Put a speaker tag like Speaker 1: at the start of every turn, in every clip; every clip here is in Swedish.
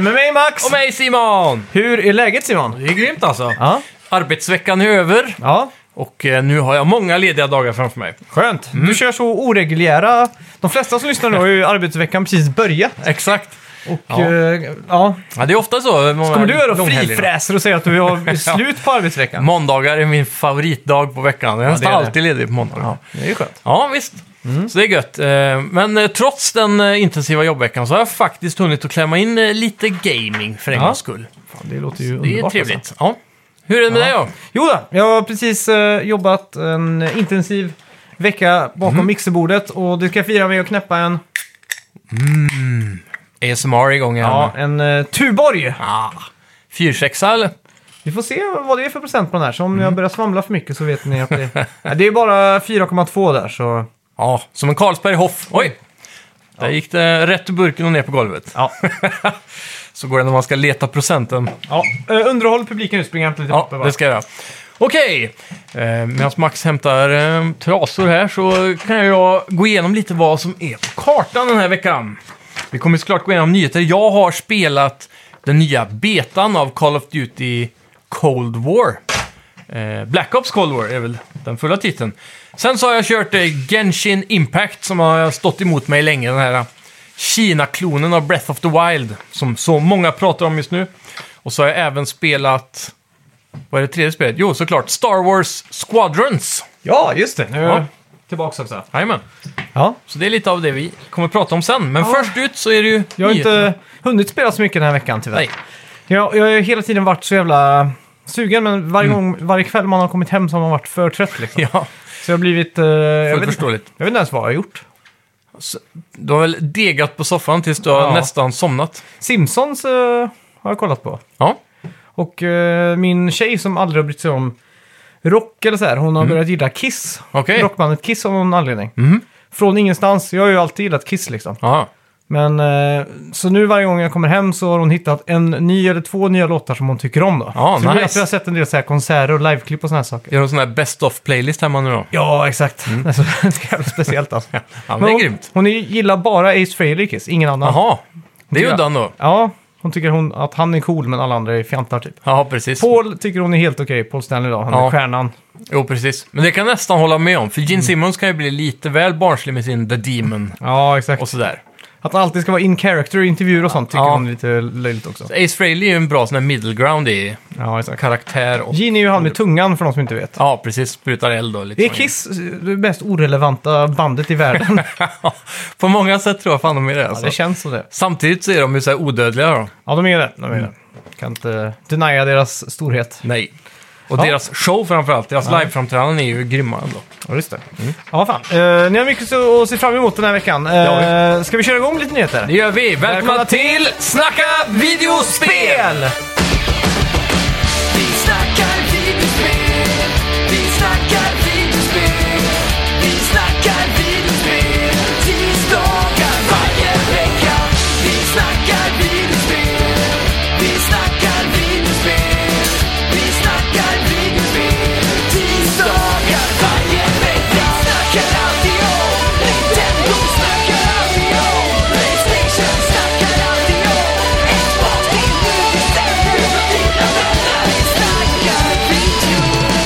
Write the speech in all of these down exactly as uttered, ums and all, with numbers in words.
Speaker 1: Med mig Max!
Speaker 2: Och mig Simon!
Speaker 1: Hur är läget Simon?
Speaker 2: Det är grymt alltså.
Speaker 1: Ja.
Speaker 2: Arbetsveckan är över
Speaker 1: Ja,
Speaker 2: och eh, nu har jag många lediga dagar framför mig.
Speaker 1: skönt. Du kör så oreguljära... De flesta som lyssnar nu har ju arbetsveckan precis börjat.
Speaker 2: Exakt.
Speaker 1: Och
Speaker 2: Ja.
Speaker 1: eh, ja,
Speaker 2: Ja, det är ofta så.
Speaker 1: så kommer du göra då frifräser och säga att du har slut på arbetsveckan.
Speaker 2: Måndagar är min favoritdag på veckan. Jag är
Speaker 1: det
Speaker 2: nästan
Speaker 1: är det.
Speaker 2: alltid ledig på måndagar.
Speaker 1: Ja,
Speaker 2: Ja,
Speaker 1: det är ju skönt.
Speaker 2: ja visst. Så det är gött. Eh, Men eh, trots den eh, intensiva jobbveckan så har jag faktiskt hunnit att klämma in eh, lite gaming för en
Speaker 1: Ja.
Speaker 2: gångs skull.
Speaker 1: Fan, det låter ju
Speaker 2: Det är
Speaker 1: underbart.
Speaker 2: trevligt.
Speaker 1: Alltså.
Speaker 2: Ja. Hur är det med dig då?
Speaker 1: Jo då, jag har precis eh, jobbat en intensiv vecka bakom mixerbordet och du ska fira med att knäppa en,
Speaker 2: A S M R igång igen.
Speaker 1: ja, en uh, Tuborg.
Speaker 2: Ah. Fyrsexa eller?
Speaker 1: Vi får se vad det är för procent på den här, så om jag börjar svamla för mycket så vet ni att det, ja, det är bara fyra komma två där så...
Speaker 2: Ja, som en Carlsberg Hoff. Oj! Där gick det rätt ur burken och ner på golvet.
Speaker 1: Ja,
Speaker 2: Så går det när man ska leta procenten.
Speaker 1: ja. Uh, underhåll publiken nu, springer jag inte lite
Speaker 2: Ja,
Speaker 1: papper bara.
Speaker 2: det ska jag göra. Okej, eh, medan Max hämtar eh, trasor här så kan jag gå igenom lite vad som är på kartan den här veckan. Vi kommer såklart gå igenom nyheter. Jag har spelat den nya betan av Call of Duty Cold War. Eh, Black Ops Cold War är väl den fulla titeln. Sen så har jag kört eh, Genshin Impact som har stått emot mig länge. Den här Kina-klonen av Breath of the Wild som så många pratar om just nu. Och så har jag även spelat... Vad är det tredje spelet? Jo, såklart. Star Wars Squadrons.
Speaker 1: Ja, just det. Nu är
Speaker 2: Ja.
Speaker 1: jag tillbaka också.
Speaker 2: Jajamän.
Speaker 1: Ja.
Speaker 2: Så det är lite av det vi kommer prata om sen. Men
Speaker 1: Ja.
Speaker 2: först ut så är det ju
Speaker 1: Jag har
Speaker 2: nyheterna.
Speaker 1: inte hunnit spela så mycket den här veckan tyvärr.
Speaker 2: Nej.
Speaker 1: Jag, jag har ju hela tiden varit så jävla sugen, men varje, gång, varje kväll man har kommit hem så har man varit för trött liksom.
Speaker 2: Ja,
Speaker 1: Så jag har blivit... Eh, jag,
Speaker 2: fullt
Speaker 1: vet,
Speaker 2: förståeligt.
Speaker 1: jag vet inte ens vad jag har gjort.
Speaker 2: Så, du har väl degat på soffan tills du har
Speaker 1: Ja.
Speaker 2: nästan somnat?
Speaker 1: Simpsons eh, har jag kollat på.
Speaker 2: Ja.
Speaker 1: Och eh, min tjej som aldrig har brytt sig om rock eller så här, hon har börjat gilla Kiss.
Speaker 2: Okej.
Speaker 1: Rockbandet Kiss av någon anledning.
Speaker 2: Mhm.
Speaker 1: Från ingenstans. Jag har ju alltid gillat Kiss liksom.
Speaker 2: Ja.
Speaker 1: Men eh, så nu varje gång jag kommer hem så har hon hittat en ny eller två nya låtar som hon tycker om då.
Speaker 2: Ja,
Speaker 1: så det blir
Speaker 2: nice.
Speaker 1: därför jag har sett en del så här konserter och liveklipp och såna här saker.
Speaker 2: Gör en sån här best of-playlist hemma nu då?
Speaker 1: Ja, exakt. Alltså, det är så jävla speciellt alltså.
Speaker 2: Ja, men
Speaker 1: Men
Speaker 2: det är
Speaker 1: hon,
Speaker 2: grymt.
Speaker 1: hon gillar bara Ace Frehley Kiss, ingen annan.
Speaker 2: Jaha, det är ju
Speaker 1: Ja.
Speaker 2: den då.
Speaker 1: Ja, hon tycker hon, att han är cool men alla andra är fjantar typ.
Speaker 2: Ja, precis.
Speaker 1: Paul tycker hon är helt okej, Paul Stanley då, han
Speaker 2: Ja.
Speaker 1: är stjärnan.
Speaker 2: Jo, precis. Men det kan jag nästan hålla med om. För Gene Simmons kan ju bli lite väl barnslig med sin The Demon
Speaker 1: Ja, exakt.
Speaker 2: och sådär.
Speaker 1: Att han alltid ska vara in character i intervjuer och sånt tycker
Speaker 2: Ja.
Speaker 1: hon är lite löjligt också.
Speaker 2: Så Ace Frehley är ju en bra sån här middle ground i
Speaker 1: Ja, exakt.
Speaker 2: karaktär och...
Speaker 1: Gene är ju han med tungan för de som inte vet.
Speaker 2: Ja, precis. Sprutar eld och lite
Speaker 1: Det är
Speaker 2: sånt.
Speaker 1: Kiss, det mest orelevanta bandet i världen.
Speaker 2: På många sätt tror jag fan de är det.
Speaker 1: Ja,
Speaker 2: Alltså.
Speaker 1: det känns så det.
Speaker 2: Samtidigt så är de ju så här odödliga då.
Speaker 1: Ja, de är det. De är det. Kan inte denia deras storhet.
Speaker 2: Nej. Och
Speaker 1: Ja.
Speaker 2: deras show framförallt. Deras
Speaker 1: Ja.
Speaker 2: liveframträdanden är ju grymma ändå.
Speaker 1: Ja, just det. Ja, fan. Uh, ni har mycket så- att se fram emot den här veckan. Uh, ska vi köra igång lite nyheter?
Speaker 2: Det gör vi. Välkomna
Speaker 1: Välkomna
Speaker 2: till Snacka videospel!
Speaker 3: Vi snackar videospel, vi snackar videospel, vi snackar videospel, tisdagar varje vecka. Vi snackar videospel, vi snackar videospel, vi snackar videospel, tisdagar varje vecka. Snackar alltid om Nintendo, snackar alltid om PlayStation, snackar alltid om Xbox, din nu bestämmer och dina vänner. Vi snackar videospel.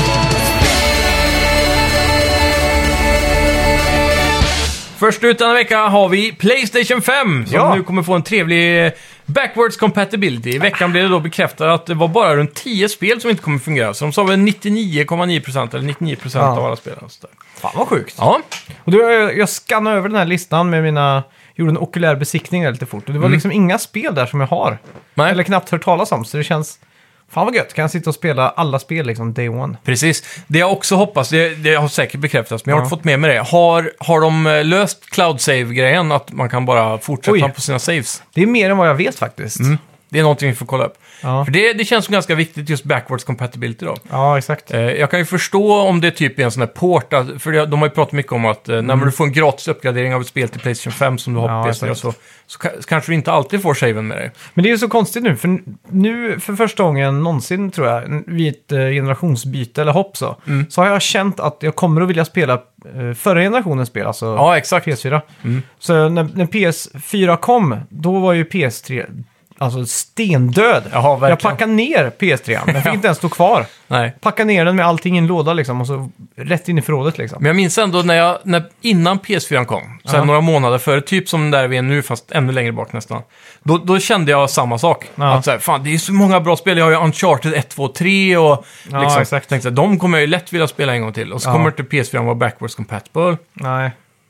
Speaker 2: Först ut denna vecka har vi PlayStation fem som
Speaker 1: Ja.
Speaker 2: nu kommer få en trevlig backwards compatibility. I veckan blev det då bekräftat att det var bara runt tio spel som inte kommer fungera. Så de sa väl nittionio komma nio procent eller nittionio procent
Speaker 1: Ja.
Speaker 2: av alla spelen. Så där.
Speaker 1: Fan vad sjukt.
Speaker 2: Ja,
Speaker 1: Och då, jag, jag skannade över den här listan med mina... Gjorde en okulär besiktning där lite fort. Och det var liksom inga spel där som jag har.
Speaker 2: nej.
Speaker 1: Eller knappt hört talas om. Så det känns... Fan vad gött. Kan jag sitta och spela alla spel liksom day one?
Speaker 2: Precis. Det jag också hoppas, det, det har säkert bekräftats, men jag har
Speaker 1: Ja.
Speaker 2: inte fått med mig det. Har, har de eh, löst cloud save-grejen? Att man kan bara fortsätta
Speaker 1: Oj.
Speaker 2: på sina saves?
Speaker 1: Det är mer än vad jag vet faktiskt.
Speaker 2: Mm. Det är någonting vi får kolla upp.
Speaker 1: Ja.
Speaker 2: För det, det känns som ganska viktigt just backwards compatibility då.
Speaker 1: Ja, exakt.
Speaker 2: Eh, jag kan ju förstå om det är typ en sån här port, att, för det- de har ju pratat mycket om att eh, när du får en gratis uppgradering av ett spel till PlayStation fem som du har på
Speaker 1: Ja,
Speaker 2: P C,
Speaker 1: exakt.
Speaker 2: så, så, ka- så kanske du inte alltid får saven med dig.
Speaker 1: Men det är ju så konstigt nu, för nu för första gången någonsin tror jag, vid ett eh, generationsbyte eller hopp så,
Speaker 2: Mm.
Speaker 1: så har jag känt att jag kommer att vilja spela eh, förra generationens spel, alltså
Speaker 2: Ja, exakt.
Speaker 1: P S fyra. Så när, när P S fyra kom, då var ju P S tre alltså stendöd.
Speaker 2: Jaha, verkligen.
Speaker 1: Jag packade ner P S tre, den fick inte ens stå kvar.
Speaker 2: Nej.
Speaker 1: Packa ner den med allting i en låda liksom, och så rätt in i förrådet liksom.
Speaker 2: Men jag minns ändå när jag, när, innan P S fyra kom, så
Speaker 1: Ja.
Speaker 2: några månader före, typ som där vi är nu, fast ännu längre bak nästan. Då, då kände jag samma sak.
Speaker 1: Ja.
Speaker 2: Att så här, fan, det är så många bra spel. Jag har ju Uncharted ett, två, tre och
Speaker 1: Ja,
Speaker 2: liksom,
Speaker 1: exakt.
Speaker 2: tänkte att de kommer jag ju lätt vilja spela en gång till. Och så
Speaker 1: Ja.
Speaker 2: kommer det till P S fyra vara backwards compatible.
Speaker 1: Nej.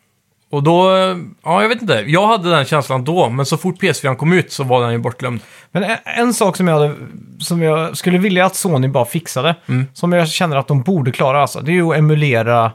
Speaker 2: Och då, ja jag vet inte, jag hade den känslan då, men så fort P S fyra kom ut så var den ju bortglömd.
Speaker 1: Men en, en sak som jag, hade, som jag skulle vilja att Sony bara fixade,
Speaker 2: Mm.
Speaker 1: som jag känner att de borde klara, alltså, det är ju att emulera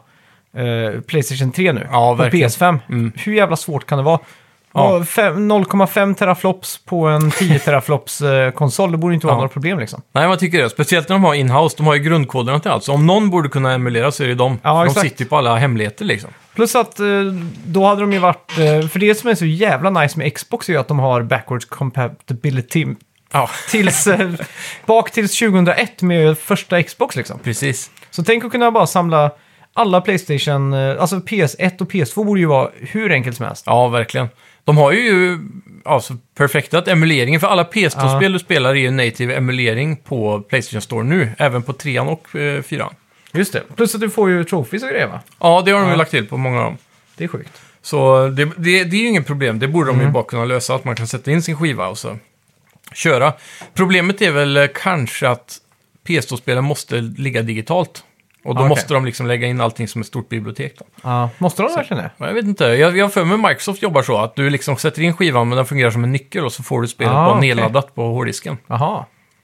Speaker 1: eh, PlayStation tre nu
Speaker 2: Ja,
Speaker 1: på
Speaker 2: verkligen.
Speaker 1: P S fem.
Speaker 2: Mm.
Speaker 1: Hur jävla svårt kan det vara?
Speaker 2: Ja.
Speaker 1: Och fem- noll komma fem teraflops på en tio teraflops eh, konsol, det borde inte vara
Speaker 2: Ja.
Speaker 1: några problem liksom.
Speaker 2: Nej, vad tycker du? Speciellt när de har in-house, de har ju grundkoderna till allt. Så om någon borde kunna emulera så är det de.
Speaker 1: Ja,
Speaker 2: de
Speaker 1: exakt.
Speaker 2: sitter ju på alla hemligheter liksom.
Speaker 1: Plus att eh, då hade de ju varit, eh, för det som är så jävla nice med Xbox är ju att de har backwards compatibility
Speaker 2: Ja,
Speaker 1: tills, eh, bak tills tjugohundraett med första Xbox liksom.
Speaker 2: precis.
Speaker 1: Så tänk att kunna bara samla alla PlayStation, eh, alltså P S ett och P S två borde ju vara hur enkelt som helst.
Speaker 2: Ja, verkligen. De har ju alltså, perfektat emuleringen, för alla P S två-spel
Speaker 1: Ja.
Speaker 2: du spelar är ju native emulering på PlayStation Store nu, även på trean och eh, fyran.
Speaker 1: Just det. Plus att du får ju trophies och grejer va?
Speaker 2: Ja, det har de ju
Speaker 1: Ja.
Speaker 2: lagt till på många av dem.
Speaker 1: Det är sjukt.
Speaker 2: Så det, det, det är ju ingen problem, det borde de
Speaker 1: Mm.
Speaker 2: ju bara kunna lösa, att man kan sätta in sin skiva och så köra. Problemet är väl eh, kanske att P S två-spelen måste ligga digitalt. Och då
Speaker 1: Ah, okej.
Speaker 2: måste de liksom lägga in allting som ett stort bibliotek. Då.
Speaker 1: Ja, måste de verkligen det?
Speaker 2: Jag vet inte, jag, jag har för mig Microsoft jobbar så att du liksom sätter in skivan men den fungerar som en nyckel och så får du spelet
Speaker 1: Ah,
Speaker 2: bara
Speaker 1: okej.
Speaker 2: nedladdat på hårddisken.
Speaker 1: Jaha.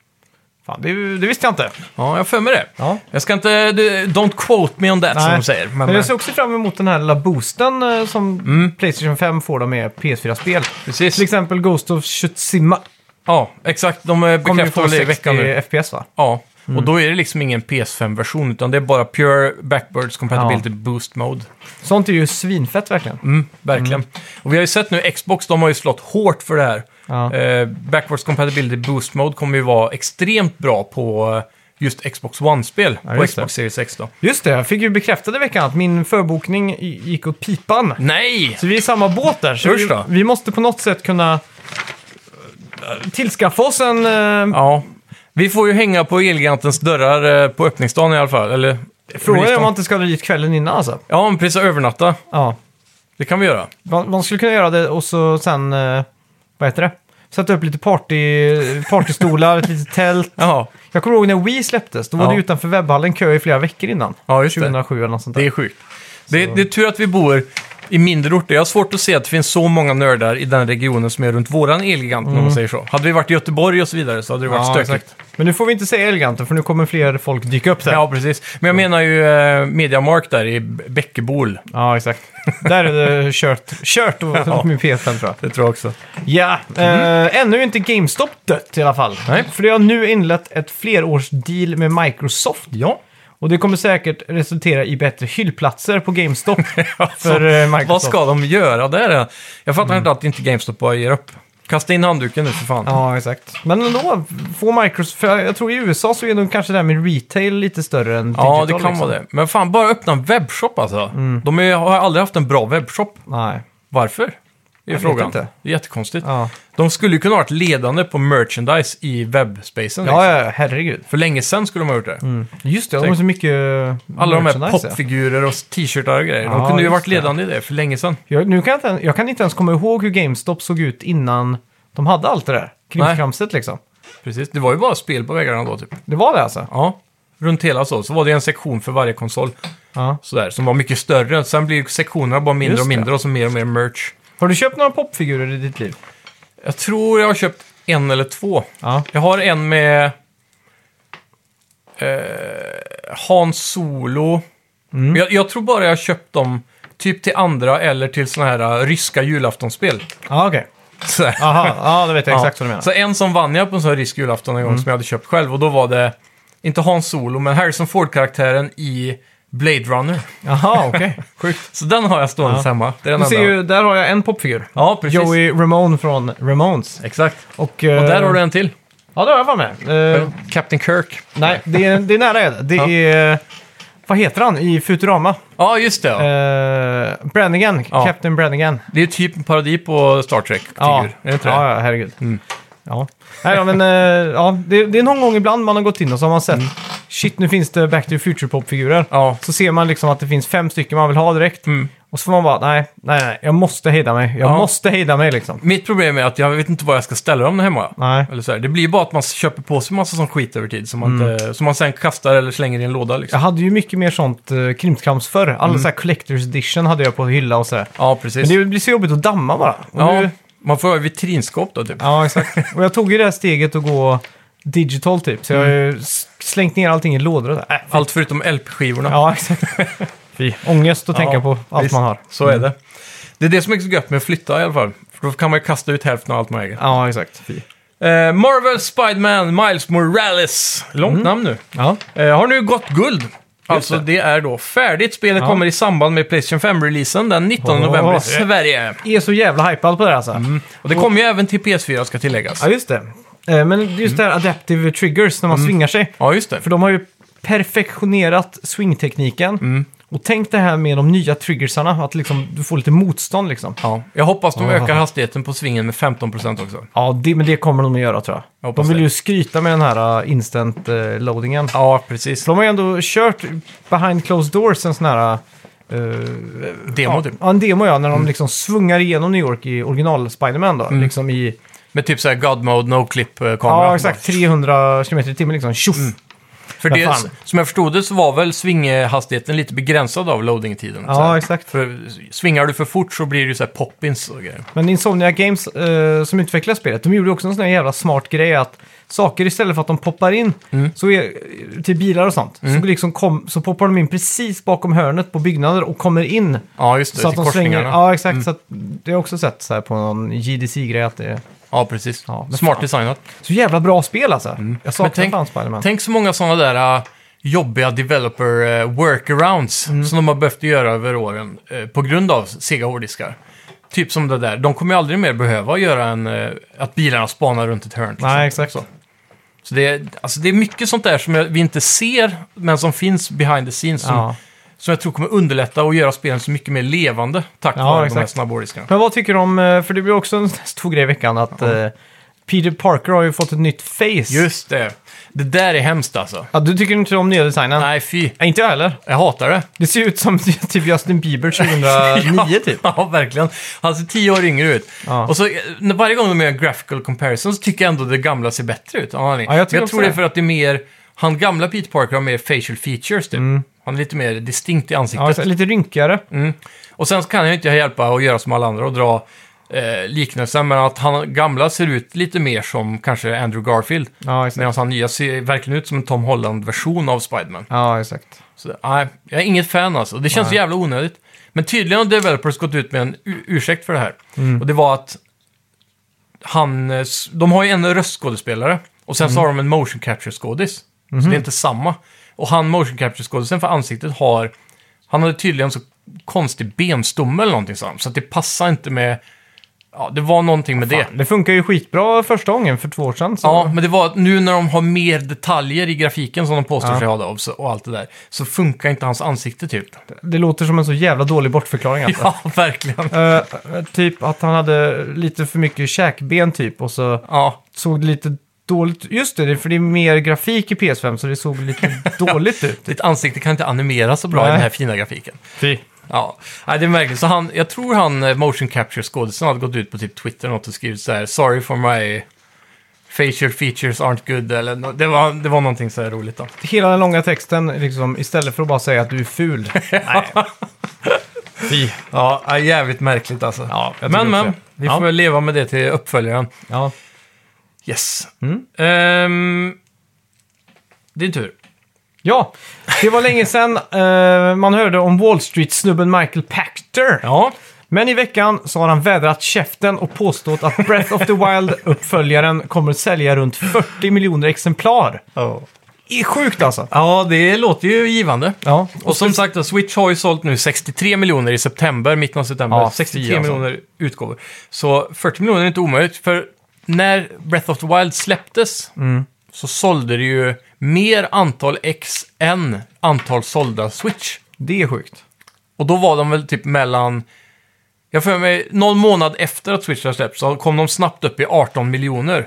Speaker 1: Fan, det, det visste jag inte.
Speaker 2: Ja, jag har för mig det.
Speaker 1: Ja.
Speaker 2: Jag ska inte, du, don't quote me on that som
Speaker 1: Nej.
Speaker 2: de säger. Men,
Speaker 1: Men jag ser också fram emot den här lilla boosten eh, som
Speaker 2: Mm.
Speaker 1: PlayStation fem får då med P S fyra-spel.
Speaker 2: precis.
Speaker 1: Till exempel Ghost of Tsushima
Speaker 2: Ja, exakt. De eh,
Speaker 1: kommer ju
Speaker 2: bekräftar
Speaker 1: få
Speaker 2: väl det i veckan
Speaker 1: sextio
Speaker 2: nu.
Speaker 1: F P S va?
Speaker 2: Ja, och då är det liksom ingen P S fem-version utan det är bara pure backwards compatibility
Speaker 1: Ja.
Speaker 2: boost mode.
Speaker 1: Sånt är ju svinfett verkligen.
Speaker 2: Mm, verkligen. Och vi har ju sett nu, Xbox, de har ju slått hårt för det här.
Speaker 1: Ja.
Speaker 2: Eh, backwards compatibility boost mode kommer ju vara extremt bra på eh, just Xbox One-spel.
Speaker 1: Ja,
Speaker 2: på
Speaker 1: just
Speaker 2: Xbox Series X då.
Speaker 1: Just det, jag fick ju bekräftade i veckan att min förbokning i- gick åt pipan.
Speaker 2: Nej!
Speaker 1: Så vi är i samma båt där. Så
Speaker 2: Usch
Speaker 1: vi,
Speaker 2: då.
Speaker 1: vi måste på något sätt kunna eh, tillskaffa oss en... eh,
Speaker 2: Ja, vi får ju hänga på Elgigantens dörrar eh, på öppningsdagen i alla fall. Eller,
Speaker 1: Frågan är om
Speaker 2: releasedagen.
Speaker 1: man inte ska dit kvällen innan alltså.
Speaker 2: Ja, men precis övernatta.
Speaker 1: Ja.
Speaker 2: Det kan vi göra.
Speaker 1: Man, man skulle kunna göra det och så sen... eh, vad heter det? Sätta upp lite party, partystolar, ett litet tält.
Speaker 2: Jaha,
Speaker 1: Jag kommer ihåg när Wii släpptes. Då var
Speaker 2: Ja.
Speaker 1: det utanför webbhallen kö i flera veckor innan.
Speaker 2: ja just det.
Speaker 1: tjugohundrasju eller något sånt där.
Speaker 2: Det är sjukt. Det, det är tur att vi bor i mindre orter. Jag har svårt att se att det finns så många nördar i den regionen som är runt våran Elgigant, om man säger så. Hade vi varit i Göteborg och så vidare så hade det varit
Speaker 1: Ja,
Speaker 2: stökigt.
Speaker 1: exakt. Men nu får vi inte säga Eleganten för nu kommer fler folk dyka upp där.
Speaker 2: Ja, precis. Men jag menar ju eh, Mediamarkt där i Bäckebol.
Speaker 1: Ja, exakt. Där är det kört, kört och
Speaker 2: Ja.
Speaker 1: min P S fem tror jag.
Speaker 2: Det tror jag också.
Speaker 1: Ja, eh, ännu är inte GameStop dött i alla fall.
Speaker 2: Nej.
Speaker 1: För det har nu inlett ett flerårsdeal med Microsoft.
Speaker 2: Ja.
Speaker 1: Och det kommer säkert resultera i bättre hyllplatser på GameStop
Speaker 2: Alltså,
Speaker 1: för eh, Microsoft.
Speaker 2: vad ska de göra där? Jag fattar inte att inte GameStop bara ger upp. Kasta in handduken nu för fan.
Speaker 1: Ja, exakt. Men ändå, får Microsoft... För jag tror i U S A så är nog kanske det här med retail lite större än digital.
Speaker 2: Ja, det kan
Speaker 1: liksom.
Speaker 2: vara det. Men fan, bara öppna en webbshop alltså. De är, har aldrig haft en bra webbshop.
Speaker 1: Nej.
Speaker 2: Varför? Det är
Speaker 1: Jag vet
Speaker 2: frågan.
Speaker 1: inte.
Speaker 2: Det är jättekonstigt.
Speaker 1: Ja,
Speaker 2: De skulle ju kunna ha varit ledande på merchandise i webbspacen.
Speaker 1: ja, ja herregud.
Speaker 2: För länge sedan skulle de ha gjort det.
Speaker 1: Mm. Just det, de har
Speaker 2: Tänk-
Speaker 1: så mycket
Speaker 2: Alla de här
Speaker 1: merchandise, ja.
Speaker 2: popfigurer och t-shirtar och grejer. De
Speaker 1: Ja,
Speaker 2: kunde ju
Speaker 1: just
Speaker 2: varit
Speaker 1: det.
Speaker 2: ledande i det för länge sedan.
Speaker 1: Jag, nu kan jag, inte, jag kan inte ens komma ihåg hur GameStop såg ut innan de hade allt det där. Krimskramset liksom.
Speaker 2: Precis. Det var ju bara spel på väggarna då typ.
Speaker 1: Det var det alltså?
Speaker 2: Ja. Runt hela så. Så var det en sektion för varje konsol.
Speaker 1: Ja.
Speaker 2: Sådär. Som var mycket större. Sen blir sektionerna bara mindre
Speaker 1: Just
Speaker 2: och
Speaker 1: det.
Speaker 2: mindre och så mer och mer merch.
Speaker 1: Har du köpt några popfigurer i ditt liv?
Speaker 2: Jag tror jag har köpt en eller två.
Speaker 1: Ja.
Speaker 2: Jag har en med eh, Han Solo.
Speaker 1: Mm.
Speaker 2: Jag, jag tror bara jag har köpt dem typ till andra eller till såna här uh, ryska julaftonsspel.
Speaker 1: Ja, okej.
Speaker 2: Sådär.
Speaker 1: Aha, ja, det vet jag
Speaker 2: Ja.
Speaker 1: exakt vad du menar.
Speaker 2: Så en som vann jag på en sån här rysk julafton en gång
Speaker 1: Mm.
Speaker 2: som jag hade köpt själv. Och då var det, inte Han Solo, men Harrison Ford-karaktären i Blade Runner.
Speaker 1: Jaha, okej. Sjukt.
Speaker 2: Så den har jag stående
Speaker 1: Ja.
Speaker 2: hemma. Det är den
Speaker 1: Du ser
Speaker 2: enda.
Speaker 1: ju, där har jag en popfigur.
Speaker 2: Ja, precis.
Speaker 1: Joey Ramone från Ramones.
Speaker 2: Exakt.
Speaker 1: Och,
Speaker 2: Och där har du en till.
Speaker 1: Ja, det har jag fan med. Eh,
Speaker 2: Captain Kirk.
Speaker 1: nej, det är, det är nära det. Det
Speaker 2: Ja.
Speaker 1: är... Vad heter han i Futurama?
Speaker 2: Ja, just det. Ja.
Speaker 1: Eh, Brannigan.
Speaker 2: Ja.
Speaker 1: Captain Brannigan.
Speaker 2: Det är typ en parodi på Star Trek-figur.
Speaker 1: Ja,
Speaker 2: Är det inte det?
Speaker 1: ja, ja, herregud.
Speaker 2: Mm.
Speaker 1: Ja, Nej, ja men eh, ja, det, det är någon gång ibland man har gått in och så har man sett shit, nu finns det Back to the Future Pop-figurer.
Speaker 2: Ja.
Speaker 1: Så ser man liksom att det finns fem stycken man vill ha direkt.
Speaker 2: Mm.
Speaker 1: Och så får man bara, nej, nej, nej, jag måste hejda mig. Jag
Speaker 2: Ja.
Speaker 1: måste hejda mig liksom.
Speaker 2: Mitt problem är att jag vet inte vad jag ska ställa dem hemma.
Speaker 1: Nej.
Speaker 2: Eller så här. Det blir bara att man köper på sig massa sån skit över tid som man, inte, som man sen kastar eller slänger i en låda. Liksom.
Speaker 1: Jag hade ju mycket mer sånt uh, krimskrams förr. Alla
Speaker 2: Mm.
Speaker 1: så här collector's edition hade jag på hylla och sådär.
Speaker 2: Ja, precis.
Speaker 1: Men det blir så jobbigt att damma bara. Och
Speaker 2: ja,
Speaker 1: nu,
Speaker 2: man får ha vitrinskåp då typ.
Speaker 1: ja, exakt. Och jag tog ju det här steget att gå digital typ. Så jag har ju s- slängt ner allting i lådor och där. Äh,
Speaker 2: Allt förutom L P-skivorna.
Speaker 1: ja, exakt. Fy. Ångest att
Speaker 2: Ja,
Speaker 1: tänka på allt
Speaker 2: visst.
Speaker 1: man har.
Speaker 2: Så är det. Det är det som är så gött med att flytta i alla fall. För då kan man ju kasta ut hälften av allt man äger.
Speaker 1: Ja, exakt. Fy.
Speaker 2: Eh, Marvel Spider-Man Miles Morales. Långt namn nu.
Speaker 1: Ja.
Speaker 2: Eh, har nu gått guld. Alltså
Speaker 1: det.
Speaker 2: det är då färdigt. Spelet
Speaker 1: Ja.
Speaker 2: kommer i samband med PlayStation fem-releasen den nittonde
Speaker 1: Åh.
Speaker 2: november i Sverige.
Speaker 1: Jag är så jävla hypad på det här alltså.
Speaker 2: Och det kommer ju även till P S fyra ska tilläggas.
Speaker 1: Ja, just det. Eh, Men just det här adaptive triggers när man svingar sig.
Speaker 2: Ja, just det.
Speaker 1: För de har ju perfektionerat swingtekniken.
Speaker 2: Mm.
Speaker 1: Och tänk det här med de nya triggersarna, att liksom, du får lite motstånd liksom.
Speaker 2: Ja. Jag hoppas de
Speaker 1: Åh.
Speaker 2: ökar hastigheten på svingen med femton procent också.
Speaker 1: Ja, det, men det kommer de att göra tror jag.
Speaker 2: Jag hoppas
Speaker 1: De vill
Speaker 2: det.
Speaker 1: ju skryta med den här uh, instant uh, loadingen.
Speaker 2: Ja, precis.
Speaker 1: Så de har ju ändå kört behind closed doors en sån här... Uh,
Speaker 2: Demo
Speaker 1: ja,
Speaker 2: typ.
Speaker 1: ja, en demo ja, när de liksom svungar igenom New York i original Spider-Man då. Liksom i,
Speaker 2: Med typ såhär God Mode, no-clip-kamera.
Speaker 1: ja exakt, trehundra kilometer i timmen liksom. Tjoff!
Speaker 2: För
Speaker 1: Vad
Speaker 2: det,
Speaker 1: fan.
Speaker 2: som jag förstod det så var väl svinghastigheten lite begränsad av loading-tiden.
Speaker 1: Ja,
Speaker 2: Så här.
Speaker 1: exakt.
Speaker 2: För svingar du för fort så blir det ju så här poppins och grejer.
Speaker 1: Men Insomnia Games uh, som utvecklar spelet, de gjorde också en sån här jävla smart grej att saker istället för att de poppar in så är, till bilar och sånt, så, liksom kom, så poppar de in precis bakom hörnet på byggnader och kommer in.
Speaker 2: Ja, just det.
Speaker 1: Så att
Speaker 2: till
Speaker 1: de svänger.
Speaker 2: korsningarna.
Speaker 1: Ja, exakt. Så att, det har jag också sett så här på någon G D C-grej att det är
Speaker 2: Ja, precis.
Speaker 1: Ja, men
Speaker 2: Smart
Speaker 1: fan.
Speaker 2: designat.
Speaker 1: så jävla bra spel alltså. Jag saknar
Speaker 2: Men tänk-
Speaker 1: fan Spider-Man.
Speaker 2: Tänk så många sådana där uh, jobbiga developer uh, workarounds
Speaker 1: Mm.
Speaker 2: som de har behövt göra över åren uh, på grund av sega hårddiskar. Typ som det där. De kommer ju aldrig mer behöva göra en, uh, att bilarna spanar runt ett hörn. till
Speaker 1: Nej,
Speaker 2: exempel.
Speaker 1: exakt.
Speaker 2: Så, så det, är, alltså, det är mycket sånt där som jag, vi inte ser, men som finns behind the scenes. Som,
Speaker 1: Ja.
Speaker 2: som jag tror kommer underlätta och göra spelen så mycket mer levande tack
Speaker 1: Ja,
Speaker 2: vare de här
Speaker 1: exakt.
Speaker 2: snabba hårddiskarna.
Speaker 1: Men vad tycker du om, eh, för det blir också en stor grej i veckan, att eh, Peter Parker har ju fått ett nytt face.
Speaker 2: Just det. Det där är hemskt alltså.
Speaker 1: Ja, du tycker inte om nya designen?
Speaker 2: Nej, fy.
Speaker 1: Nej, inte jag heller.
Speaker 2: Jag hatar det.
Speaker 1: Det ser ut som typ Justin Bieber tjugohundranio typ.
Speaker 2: Ja, verkligen. Han ser tio år yngre ut.
Speaker 1: Ja.
Speaker 2: Och så eh, när varje gång de gör en graphical comparison så tycker jag ändå det gamla ser bättre ut. Ja,
Speaker 1: Ja, jag tycker
Speaker 2: Men jag
Speaker 1: också
Speaker 2: tror det är
Speaker 1: det.
Speaker 2: för att det är mer... Han gamla Peter Parker har mer facial features typ. Han är lite mer distinkt i ansiktet.
Speaker 1: Mm. Ja, så lite rynkigare.
Speaker 2: Mm. Och sen så kan jag inte hjälpa att göra som alla andra och dra eh, liknelser, men att han gamla ser ut lite mer som kanske Andrew Garfield.
Speaker 1: Ja, exakt.
Speaker 2: Medan han nya ser verkligen ut som en Tom Holland-version av Spider-Man.
Speaker 1: Ja, exakt.
Speaker 2: Så, nej, jag är inget fan alltså. Det känns så jävla onödigt. Men tydligen har developers gått ut med en u- ursäkt för det här.
Speaker 1: Mm.
Speaker 2: Och det var att han... eh, s- De har ju en röstskådespelare. Och sen så har de en motion capture-skådis. Så det är inte samma. Och han motion capture-skådisen för ansiktet har... Han hade tydligen så konstig benstomme eller någonting sånt. Så att det passar inte med... Ja, det var någonting med det.
Speaker 1: Fan, det funkar ju skitbra första gången för två år sedan. Så...
Speaker 2: Ja, men det var att nu när de har mer detaljer i grafiken som de påstår
Speaker 1: Ja.
Speaker 2: sig ha då, och så- och allt det där, så funkar inte hans ansikte typ.
Speaker 1: Det låter som en så jävla dålig bortförklaring alltså.
Speaker 2: Ja, verkligen.
Speaker 1: Eh, typ att han hade lite för mycket käkben typ och så
Speaker 2: Ja,
Speaker 1: såg det lite dåligt. Just det, för det är mer grafik i P S fem så det såg lite dåligt ut.
Speaker 2: ditt ansikte kan inte animera så bra
Speaker 1: Nej.
Speaker 2: i den här fina grafiken.
Speaker 1: Fy.
Speaker 2: Ja, nej, det är märkligt. Så han, jag tror han eh, motion capture-skådisen hade gått ut på typ Twitter och något och skrivit så här: sorry for my facial features aren't good. Eller, no- det, var, det var någonting så här roligt då.
Speaker 1: Hela den långa texten, liksom, istället för att bara säga att du är ful. Nej. Fy.
Speaker 2: Ja, ja, jävligt märkligt alltså.
Speaker 1: Ja, jag tycker
Speaker 2: men,
Speaker 1: också
Speaker 2: men,
Speaker 1: det.
Speaker 2: vi
Speaker 1: Ja.
Speaker 2: får väl leva med det till uppföljaren.
Speaker 1: Ja.
Speaker 2: Yes.
Speaker 1: Mm.
Speaker 2: Ehm, din tur.
Speaker 1: Ja, det var länge sedan eh, man hörde om Wall Street-snubben Michael Pachter.
Speaker 2: Ja.
Speaker 1: Men i veckan så har han vädrat käften och påstått att Breath of the Wild-uppföljaren kommer att sälja runt fyrtio miljoner exemplar. Det är sjukt alltså.
Speaker 2: Ja, det låter ju givande.
Speaker 1: Ja,
Speaker 2: Och som sagt, då, Switch har ju sålt nu sextiotre miljoner i september, mitten av september.
Speaker 1: Ja,
Speaker 2: sextiotre
Speaker 1: fy, alltså.
Speaker 2: miljoner utgåvor. Så fyrtio miljoner är inte omöjligt, för när Breath of the Wild släpptes
Speaker 1: Mm.
Speaker 2: så sålde det ju mer antal X än antal sålda Switch.
Speaker 1: det är sjukt.
Speaker 2: Och då var de väl typ mellan... Jag får mig, någon månad efter att Switch har släppts så kom de snabbt upp i arton miljoner.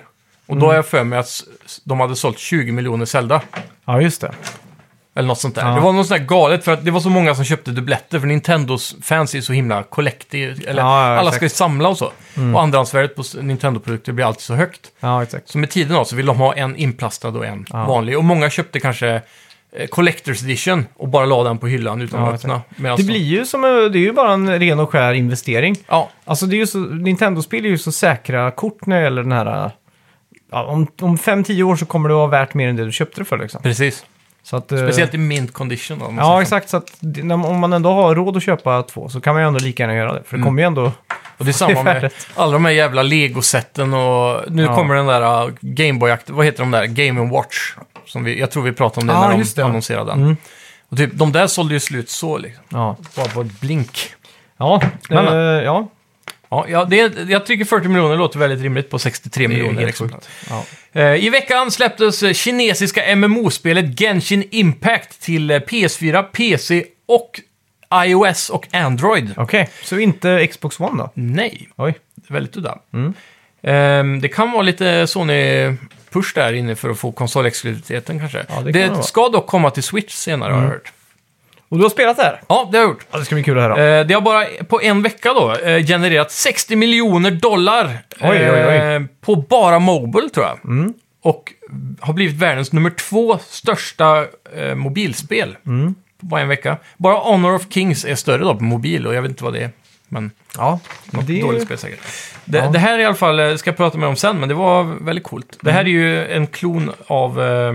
Speaker 2: Och då har jag för mig att s- de hade sålt tjugo miljoner Zelda.
Speaker 1: Ja, just det.
Speaker 2: Eller något sånt där.
Speaker 1: Ja.
Speaker 2: Det var något sånt där galet för att det var så många som köpte dubbletter. För Nintendos fans är så himla collective. Eller
Speaker 1: Ja, ja,
Speaker 2: alla
Speaker 1: exakt.
Speaker 2: ska ju samla och så. Och andrahandsvärdet på s- Nintendo-produkter blir alltid så högt.
Speaker 1: Ja, exakt.
Speaker 2: Så med tiden då, så vill de ha en inplastad och en
Speaker 1: Ja.
Speaker 2: vanlig. Och många köpte kanske eh, Collector's Edition och bara la den på hyllan utan
Speaker 1: Ja,
Speaker 2: att öppna. Medan
Speaker 1: Det
Speaker 2: så-
Speaker 1: blir ju som, en- det är ju bara en ren och skär investering.
Speaker 2: Ja,
Speaker 1: Alltså det är ju så, Nintendo-spel är ju så säkra kort när det gäller den här... Ja, om, om fem tio år så kommer det vara värt mer än det du köpte det för liksom.
Speaker 2: precis.
Speaker 1: Så att, eh,
Speaker 2: Speciellt i mint condition då. om man
Speaker 1: Ja,
Speaker 2: säger så.
Speaker 1: exakt. Så att det- när, om man ändå har råd att köpa två så kan man ju ändå lika gärna göra det. För det kommer ju ändå...
Speaker 2: Och det är samma
Speaker 1: Det är
Speaker 2: med
Speaker 1: värdet.
Speaker 2: alla de här jävla Lego-sätten och nu
Speaker 1: Ja.
Speaker 2: kommer den där uh, Gameboy, vad heter de där? Game and Watch. Som vi, jag tror vi pratade om det
Speaker 1: Ja,
Speaker 2: när
Speaker 1: just
Speaker 2: de
Speaker 1: det.
Speaker 2: annonserade den.
Speaker 1: Mm.
Speaker 2: Och typ, de där sålde ju slut så liksom.
Speaker 1: Ja,
Speaker 2: Bara på ett blink.
Speaker 1: ja,
Speaker 2: Men,
Speaker 1: eh, ja.
Speaker 2: Ja, ja det, är- jag tycker fyrtio miljoner låter väldigt rimligt på sextiotre
Speaker 1: Det är
Speaker 2: miljoner.
Speaker 1: helt
Speaker 2: exemplar.
Speaker 1: sjukt. Ja.
Speaker 2: Eh, I veckan släpptes eh, kinesiska M M O-spelet Genshin Impact till eh, P S fyra, P C och iOS och Android.
Speaker 1: Okej, så inte Xbox One då?
Speaker 2: Nej,
Speaker 1: Oj.
Speaker 2: det är väldigt udda.
Speaker 1: Mm.
Speaker 2: Ehm, det kan vara lite Sony-push där inne för att få konsolexklusiviteten kanske.
Speaker 1: Ja, det
Speaker 2: det
Speaker 1: kan det vara.
Speaker 2: ska dock komma till Switch senare har jag hört.
Speaker 1: Och du har spelat det här?
Speaker 2: Ja, det har jag gjort.
Speaker 1: Ja, det ska bli kul att höra.
Speaker 2: Eh, det har bara på en vecka då eh, genererat sextio miljoner dollar
Speaker 1: Oj, oj, oj.
Speaker 2: eh, på bara Mobile tror jag.
Speaker 1: Mm.
Speaker 2: Och har blivit världens nummer två största eh, mobilspel
Speaker 1: Mm.
Speaker 2: på bara en vecka. Bara Honor of Kings är större då på mobil och jag vet inte vad det är. Men
Speaker 1: Ja,
Speaker 2: något
Speaker 1: det är
Speaker 2: dåligt
Speaker 1: ju...
Speaker 2: spel säkert. Det,
Speaker 1: Ja.
Speaker 2: det här är i alla fall, eh, ska jag prata mer om sen, men det var väldigt coolt. Det här är ju en klon av... Eh,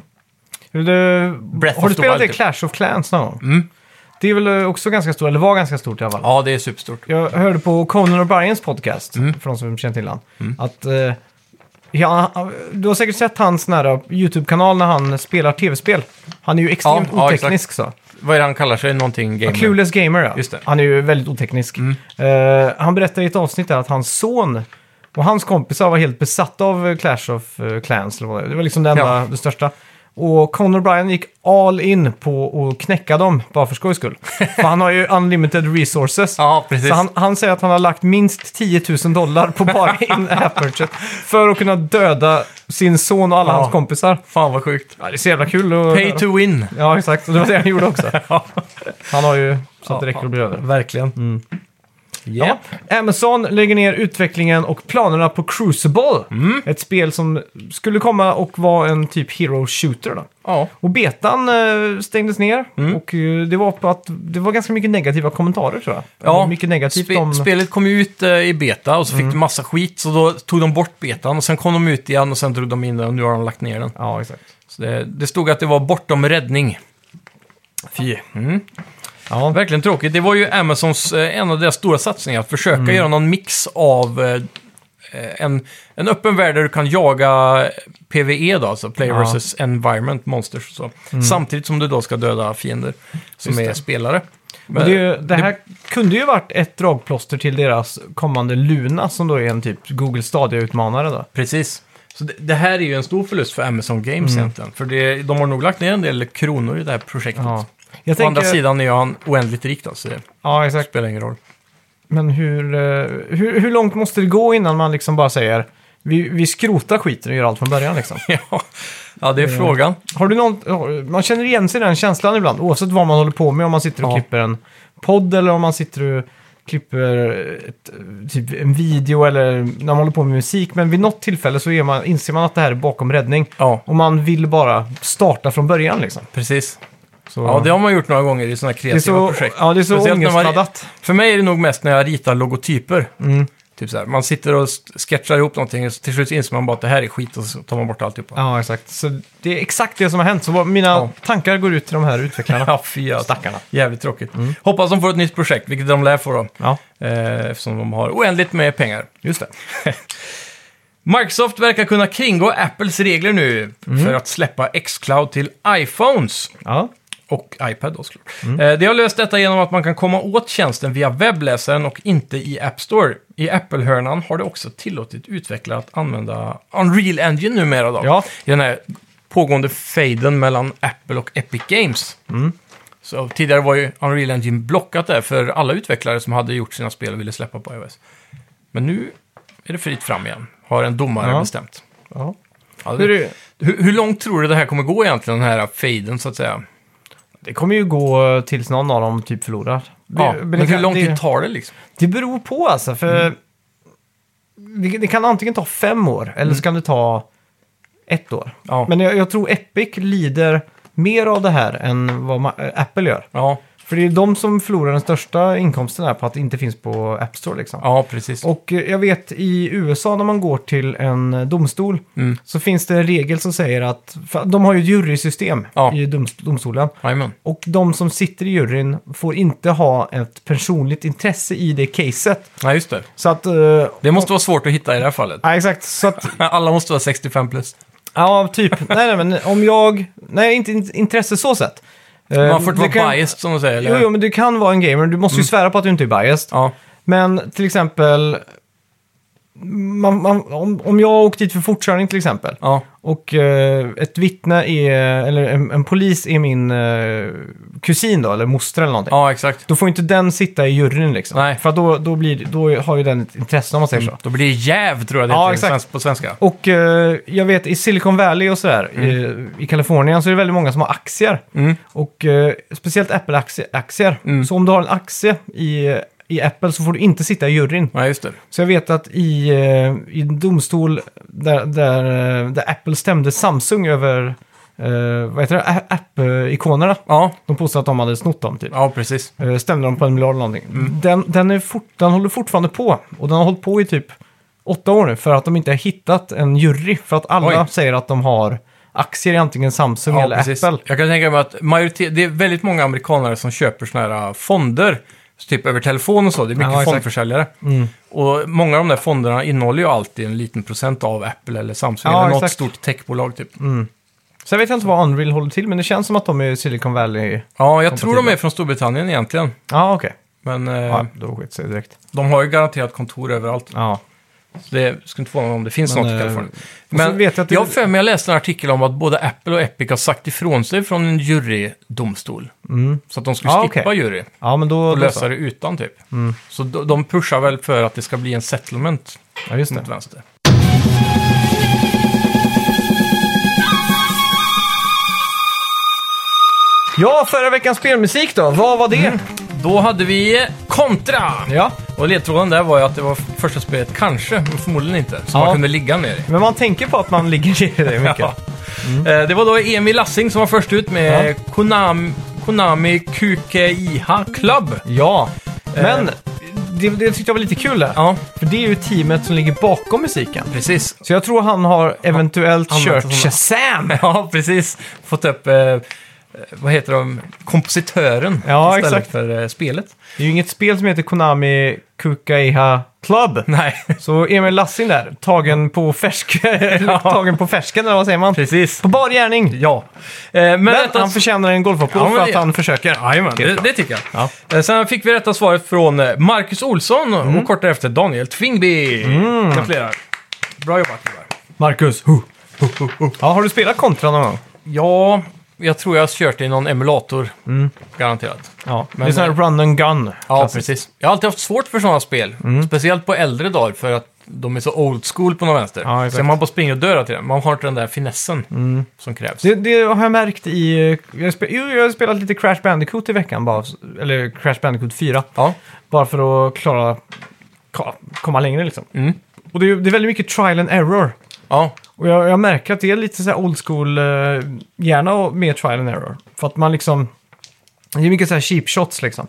Speaker 1: Hur det...
Speaker 2: Breath
Speaker 1: Har
Speaker 2: of
Speaker 1: du
Speaker 2: the
Speaker 1: spelat det
Speaker 2: Wild, typ.
Speaker 1: Clash of Clans någon gång?
Speaker 2: Mm.
Speaker 1: Det är väl eh, också ganska stort, eller var ganska stort i alla fall.
Speaker 2: ja, det är superstort.
Speaker 1: Jag hörde på Conan O'Briens podcast,
Speaker 2: Mm.
Speaker 1: för de som känner till han, att eh, ja, du har säkert sett hans nära YouTube-kanal när han spelar tv-spel. Han är ju extremt
Speaker 2: Ja, ja,
Speaker 1: oteknisk så.
Speaker 2: Vad är det han kallar sig? Någonting gamer?
Speaker 1: Ja, Clueless Gamer, ja.
Speaker 2: Just det.
Speaker 1: Han är ju väldigt oteknisk.
Speaker 2: Mm.
Speaker 1: Eh, han berättar i ett avsnitt där att hans son och hans kompisar var helt besatta av eh, Clash of eh, Clans. Eller vad det, är. Det var liksom det enda,
Speaker 2: Ja.
Speaker 1: det största. Och Conor Bryan gick all in på att knäcka dem, bara för skojs skull. För han har ju unlimited resources.
Speaker 2: Ja, precis.
Speaker 1: Så han, han säger att han har lagt minst tio tusen dollar på bara in-app purchase för att kunna döda sin son och alla
Speaker 2: Ja.
Speaker 1: hans kompisar.
Speaker 2: Fan vad sjukt.
Speaker 1: Ja, det är så jävla kul. att
Speaker 2: Pay
Speaker 1: höra.
Speaker 2: to win.
Speaker 1: Ja, exakt. Och det var det han gjorde också. Han har ju så att det
Speaker 2: Ja,
Speaker 1: räcker att bli över.
Speaker 2: Verkligen.
Speaker 1: Mm.
Speaker 2: Ja.
Speaker 1: Ja. Amazon lägger ner utvecklingen och planerna på Crucible. Ett spel som skulle komma och vara en typ hero shooter. Då.
Speaker 2: Ja.
Speaker 1: Och betan eh, stängdes ner och eh, det var på att det var ganska mycket negativa kommentarer tror jag.
Speaker 2: Ja,
Speaker 1: Mycket negativt
Speaker 2: Spe-
Speaker 1: om...
Speaker 2: Spelet kom ju ut eh, i beta och så fick det massa skit. Så då tog de bort betan och sen kom de ut igen och sen drog de in den och nu har de lagt ner den.
Speaker 1: Ja, exakt.
Speaker 2: Så det, det stod att det var bortom räddning.
Speaker 1: Fy.
Speaker 2: Mm.
Speaker 1: Ja,
Speaker 2: Verkligen tråkigt. Det var ju Amazons, eh, en av deras stora satsningar, att försöka
Speaker 1: Mm.
Speaker 2: göra någon mix av eh, en, en öppen värld där du kan jaga P V E då, alltså Player
Speaker 1: Ja.
Speaker 2: versus Environment, Monsters och så. Samtidigt som du då ska döda fiender som
Speaker 1: Just
Speaker 2: är
Speaker 1: det.
Speaker 2: spelare.
Speaker 1: och det, det här kunde ju varit ett dragplåster till deras kommande Luna som då är en typ Google Stadia-utmanare då.
Speaker 2: Precis. Så det, det här är ju en stor förlust för Amazon Games
Speaker 1: Mm.
Speaker 2: egentligen. För det, de har nog lagt ner en del kronor i det här projektet.
Speaker 1: Ja. Jag
Speaker 2: Å andra
Speaker 1: tänker,
Speaker 2: sidan är han oändligt rik då, så det
Speaker 1: ja, exakt.
Speaker 2: spelar ingen roll.
Speaker 1: Men hur, eh, hur, hur långt måste det gå innan man liksom bara säger vi, vi skrotar skiten och gör allt från början liksom?
Speaker 2: ja. ja, det är
Speaker 1: Eh,
Speaker 2: frågan.
Speaker 1: Har du någon, man känner igen sig i den känslan ibland, oavsett vad man håller på med, om man sitter och
Speaker 2: Ja.
Speaker 1: klipper en podd eller om man sitter och klipper ett, typ en video eller när man håller på med musik. Men vid något tillfälle så är man, inser man att det här är bakom räddning
Speaker 2: Ja,
Speaker 1: och man vill bara starta från början liksom.
Speaker 2: precis.
Speaker 1: Så,
Speaker 2: Ja, det har man gjort några gånger i sådana här
Speaker 1: det är
Speaker 2: kreativa
Speaker 1: så,
Speaker 2: projekt.
Speaker 1: ja, det är så
Speaker 2: Speciellt när man-
Speaker 1: ångestladdat.
Speaker 2: För mig är det nog mest när jag ritar logotyper.
Speaker 1: Mm.
Speaker 2: Typ så här, man sitter och st- sketchar ihop någonting och så till slut inser man bara att det här är skit och så tar man bort alltihopa.
Speaker 1: Ja, exakt. Så det är exakt det som har hänt. Så vad- mina
Speaker 2: Ja.
Speaker 1: tankar går ut till de här utvecklarna.
Speaker 2: Ja, fy alltså.
Speaker 1: Stackarna.
Speaker 2: Jävligt tråkigt. Hoppas de får ett nytt projekt, vilket de lär få då.
Speaker 1: Ja,
Speaker 2: Eh, eftersom de har oändligt med pengar.
Speaker 1: just det.
Speaker 2: Microsoft verkar kunna kringgå Apples regler nu för att släppa xCloud till iPhones.
Speaker 1: Ja,
Speaker 2: Och iPad då såklart. Eh, de har löst detta genom att man kan komma åt tjänsten via webbläsaren och inte i App Store. I Apple-hörnan har det också tillåtit utvecklare att använda Unreal Engine numera då.
Speaker 1: Ja.
Speaker 2: I den här pågående faden mellan Apple och Epic Games. Så tidigare var ju Unreal Engine blockat där för alla utvecklare som hade gjort sina spel och ville släppa på iOS. Men nu är det fritt fram igen, har en domare
Speaker 1: Ja.
Speaker 2: bestämt.
Speaker 1: Ja.
Speaker 2: Ja,
Speaker 1: Hur,
Speaker 2: det,
Speaker 1: är-
Speaker 2: hur, hur långt tror du det här kommer gå egentligen, den här faden så att säga?
Speaker 1: det kommer ju gå tills någon av dem typ förlorar.
Speaker 2: Ja,
Speaker 1: Det-
Speaker 2: men
Speaker 1: det
Speaker 2: hur
Speaker 1: kan-
Speaker 2: lång tid
Speaker 1: det,
Speaker 2: tar det liksom?
Speaker 1: det beror på alltså, för det, det kan antingen ta fem år eller så kan det ta ett år.
Speaker 2: Ja.
Speaker 1: Men jag, jag tror Epic lider mer av det här än vad ma- Apple gör.
Speaker 2: Ja,
Speaker 1: För det är de som förlorar den största inkomsten här på att det inte finns på App Store liksom.
Speaker 2: ja precis.
Speaker 1: Och eh, jag vet i U S A när man går till en eh, domstol
Speaker 2: Mm.
Speaker 1: så finns det en regel som säger att, för de har ju ett jurysystem
Speaker 2: Ja.
Speaker 1: i dom, domstolen.
Speaker 2: Jajamän.
Speaker 1: Och de som sitter i juryn får inte ha ett personligt intresse i det caset.
Speaker 2: Ja, just det.
Speaker 1: Så att, eh,
Speaker 2: Det måste vara svårt att hitta i det här fallet.
Speaker 1: ja exakt, så att,
Speaker 2: Alla måste vara sextiofem plus.
Speaker 1: ja typ, nej nej men om jag, nej inte in- intresse så sett. Eh,
Speaker 2: Man får inte
Speaker 1: det
Speaker 2: vara
Speaker 1: kan-
Speaker 2: biased som de säger. Eller?
Speaker 1: Jo, jo, men du kan vara en gamer, du måste ju svära på att du inte är biased.
Speaker 2: Ja,
Speaker 1: Men till exempel, man, man, om, om jag åkt dit för fortkörning till exempel,
Speaker 2: ja,
Speaker 1: och eh, ett vittne är, eller en, en polis är min eh, kusin då, eller moster eller någonting.
Speaker 2: ja, exakt.
Speaker 1: Då får inte den sitta i juryn liksom.
Speaker 2: Nej.
Speaker 1: För att då, då, blir, då har ju den ett intresse om man säger så.
Speaker 2: Då blir det jäv, tror jag det
Speaker 1: Ja,
Speaker 2: heter
Speaker 1: exakt.
Speaker 2: svensk- på svenska.
Speaker 1: Och eh, jag vet i Silicon Valley och sådär, i, i Kalifornien så är det väldigt många som har aktier.
Speaker 2: Mm.
Speaker 1: Och eh, speciellt Apple-aktier. Aktier.
Speaker 2: Mm.
Speaker 1: Så om du har en aktie i, i Apple så får du inte sitta i juryn.
Speaker 2: Ja, just det.
Speaker 1: Så jag vet att i, eh, i en domstol där, där, eh, där Apple stämde Samsung över eh, vad heter det? A- App-ikonerna.
Speaker 2: Ja,
Speaker 1: De påstod att de hade snott dem typ.
Speaker 2: ja precis.
Speaker 1: Eh, Stämde de på en miljard eller någonting.
Speaker 2: Mm.
Speaker 1: Den, den, är fort, den håller fortfarande på. Och den har hållit på i typ åtta år nu för att de inte har hittat en jury. För att alla
Speaker 2: Oj.
Speaker 1: säger att de har aktier i antingen Samsung
Speaker 2: Ja,
Speaker 1: eller
Speaker 2: precis.
Speaker 1: Apple.
Speaker 2: Jag kan tänka mig att majoritet, det är väldigt många amerikanare som köper såna här fonder, typ över telefon och så. Det är mycket
Speaker 1: Ja, exakt.
Speaker 2: fondförsäljare.
Speaker 1: Mm.
Speaker 2: Och många av de där fonderna innehåller ju alltid en liten procent av Apple eller Samsung
Speaker 1: Ja,
Speaker 2: eller något
Speaker 1: exakt.
Speaker 2: stort techbolag typ.
Speaker 1: Sen vet jag inte vad Unreal håller till, men det känns som att de är i Silicon Valley.
Speaker 2: Ja, jag tror de
Speaker 1: Kompatibla.
Speaker 2: är från Storbritannien egentligen.
Speaker 1: Ja, okej.
Speaker 2: Men eh,
Speaker 1: Ja, då skit sig direkt.
Speaker 2: de har ju garanterat kontor överallt.
Speaker 1: Ja.
Speaker 2: Så det skulle inte förvåna mig om det finns
Speaker 1: Men,
Speaker 2: något i
Speaker 1: eh,
Speaker 2: Kalifornien.
Speaker 1: och så
Speaker 2: Men
Speaker 1: vet jag att det-
Speaker 2: jag har för mig jag läste en artikel om att både Apple och Epic har sagt ifrån sig från en jurydomstol. Så att de skulle
Speaker 1: Ja,
Speaker 2: skippa
Speaker 1: okej.
Speaker 2: jury
Speaker 1: Ja, men då...
Speaker 2: och
Speaker 1: då
Speaker 2: lösa
Speaker 1: så.
Speaker 2: det utan typ. Så de, de pushar väl för att det ska bli en settlement
Speaker 1: Ja, just
Speaker 2: mot
Speaker 1: det.
Speaker 2: vänster.
Speaker 1: Ja, förra veckans spelmusik då. Vad var det?
Speaker 2: Då hade vi Contra!
Speaker 1: Ja.
Speaker 2: Och ledtråden där var ju att det var första spelet, kanske, men förmodligen inte, som
Speaker 1: Ja.
Speaker 2: man kunde ligga ner i.
Speaker 1: Men man tänker på att man ligger i det mycket.
Speaker 2: Ja. Eh, Det var då Emil Lassing som var först ut med
Speaker 1: Ja.
Speaker 2: Konami, Konami Q K I H Club.
Speaker 1: Ja. Men det, det tyckte jag var lite kul där.
Speaker 2: Ja,
Speaker 1: För det är ju teamet som ligger bakom musiken.
Speaker 2: precis.
Speaker 1: Så jag tror han har eventuellt
Speaker 2: Han- han-
Speaker 1: kört Shazam.
Speaker 2: Ja, precis. Fått upp, eh, vad heter de, kompositören
Speaker 1: Ja,
Speaker 2: istället
Speaker 1: exakt.
Speaker 2: för eh, spelet.
Speaker 1: Det är ju inget spel som heter Konami Kukaiha Club.
Speaker 2: Nej,
Speaker 1: Så Emil Lassing där, tagen på färsk, tagen på färsken eller vad säger man?
Speaker 2: precis.
Speaker 1: På bar gärning.
Speaker 2: Ja. Eh, Men,
Speaker 1: Men
Speaker 2: rätta-
Speaker 1: han förtjänar en golfapplåd
Speaker 2: Ja, men
Speaker 1: för att
Speaker 2: det-
Speaker 1: han försöker.
Speaker 2: Jajamän, det, det tycker jag.
Speaker 1: Ja.
Speaker 2: Eh, Sen fick vi rätta svaret från eh, Marcus Olsson och kort därefter Daniel Tvingby. Gratulerar. Bra jobbat, grabbar.
Speaker 1: Marcus. Huh. Ja, har du spelat Contra någon gång?
Speaker 2: Ja, jag tror jag har kört i någon emulator. Garanterat.
Speaker 1: Ja,
Speaker 2: Men-
Speaker 1: det är sån här run and gun.
Speaker 2: Ja,
Speaker 1: Klassiskt.
Speaker 2: precis. Jag har alltid haft svårt för sådana spel. Speciellt på äldre dagar för att de är så old school på något vänster.
Speaker 1: Ja, exakt.
Speaker 2: så man bara springer och dör till det. Man har inte den där finessen som krävs.
Speaker 1: Det, det har jag märkt i... Jag har, spe, jo, jag har spelat lite Crash Bandicoot i veckan bara. Eller Crash Bandicoot fyra.
Speaker 2: Ja,
Speaker 1: Bara för att klara... ka- komma längre liksom.
Speaker 2: Mm.
Speaker 1: Och det är, det är väldigt mycket trial and error.
Speaker 2: ja,
Speaker 1: Och jag, jag märker att det är lite så här old school, eh, gärna med trial and error. För att man liksom... Det är mycket så här cheap shots liksom.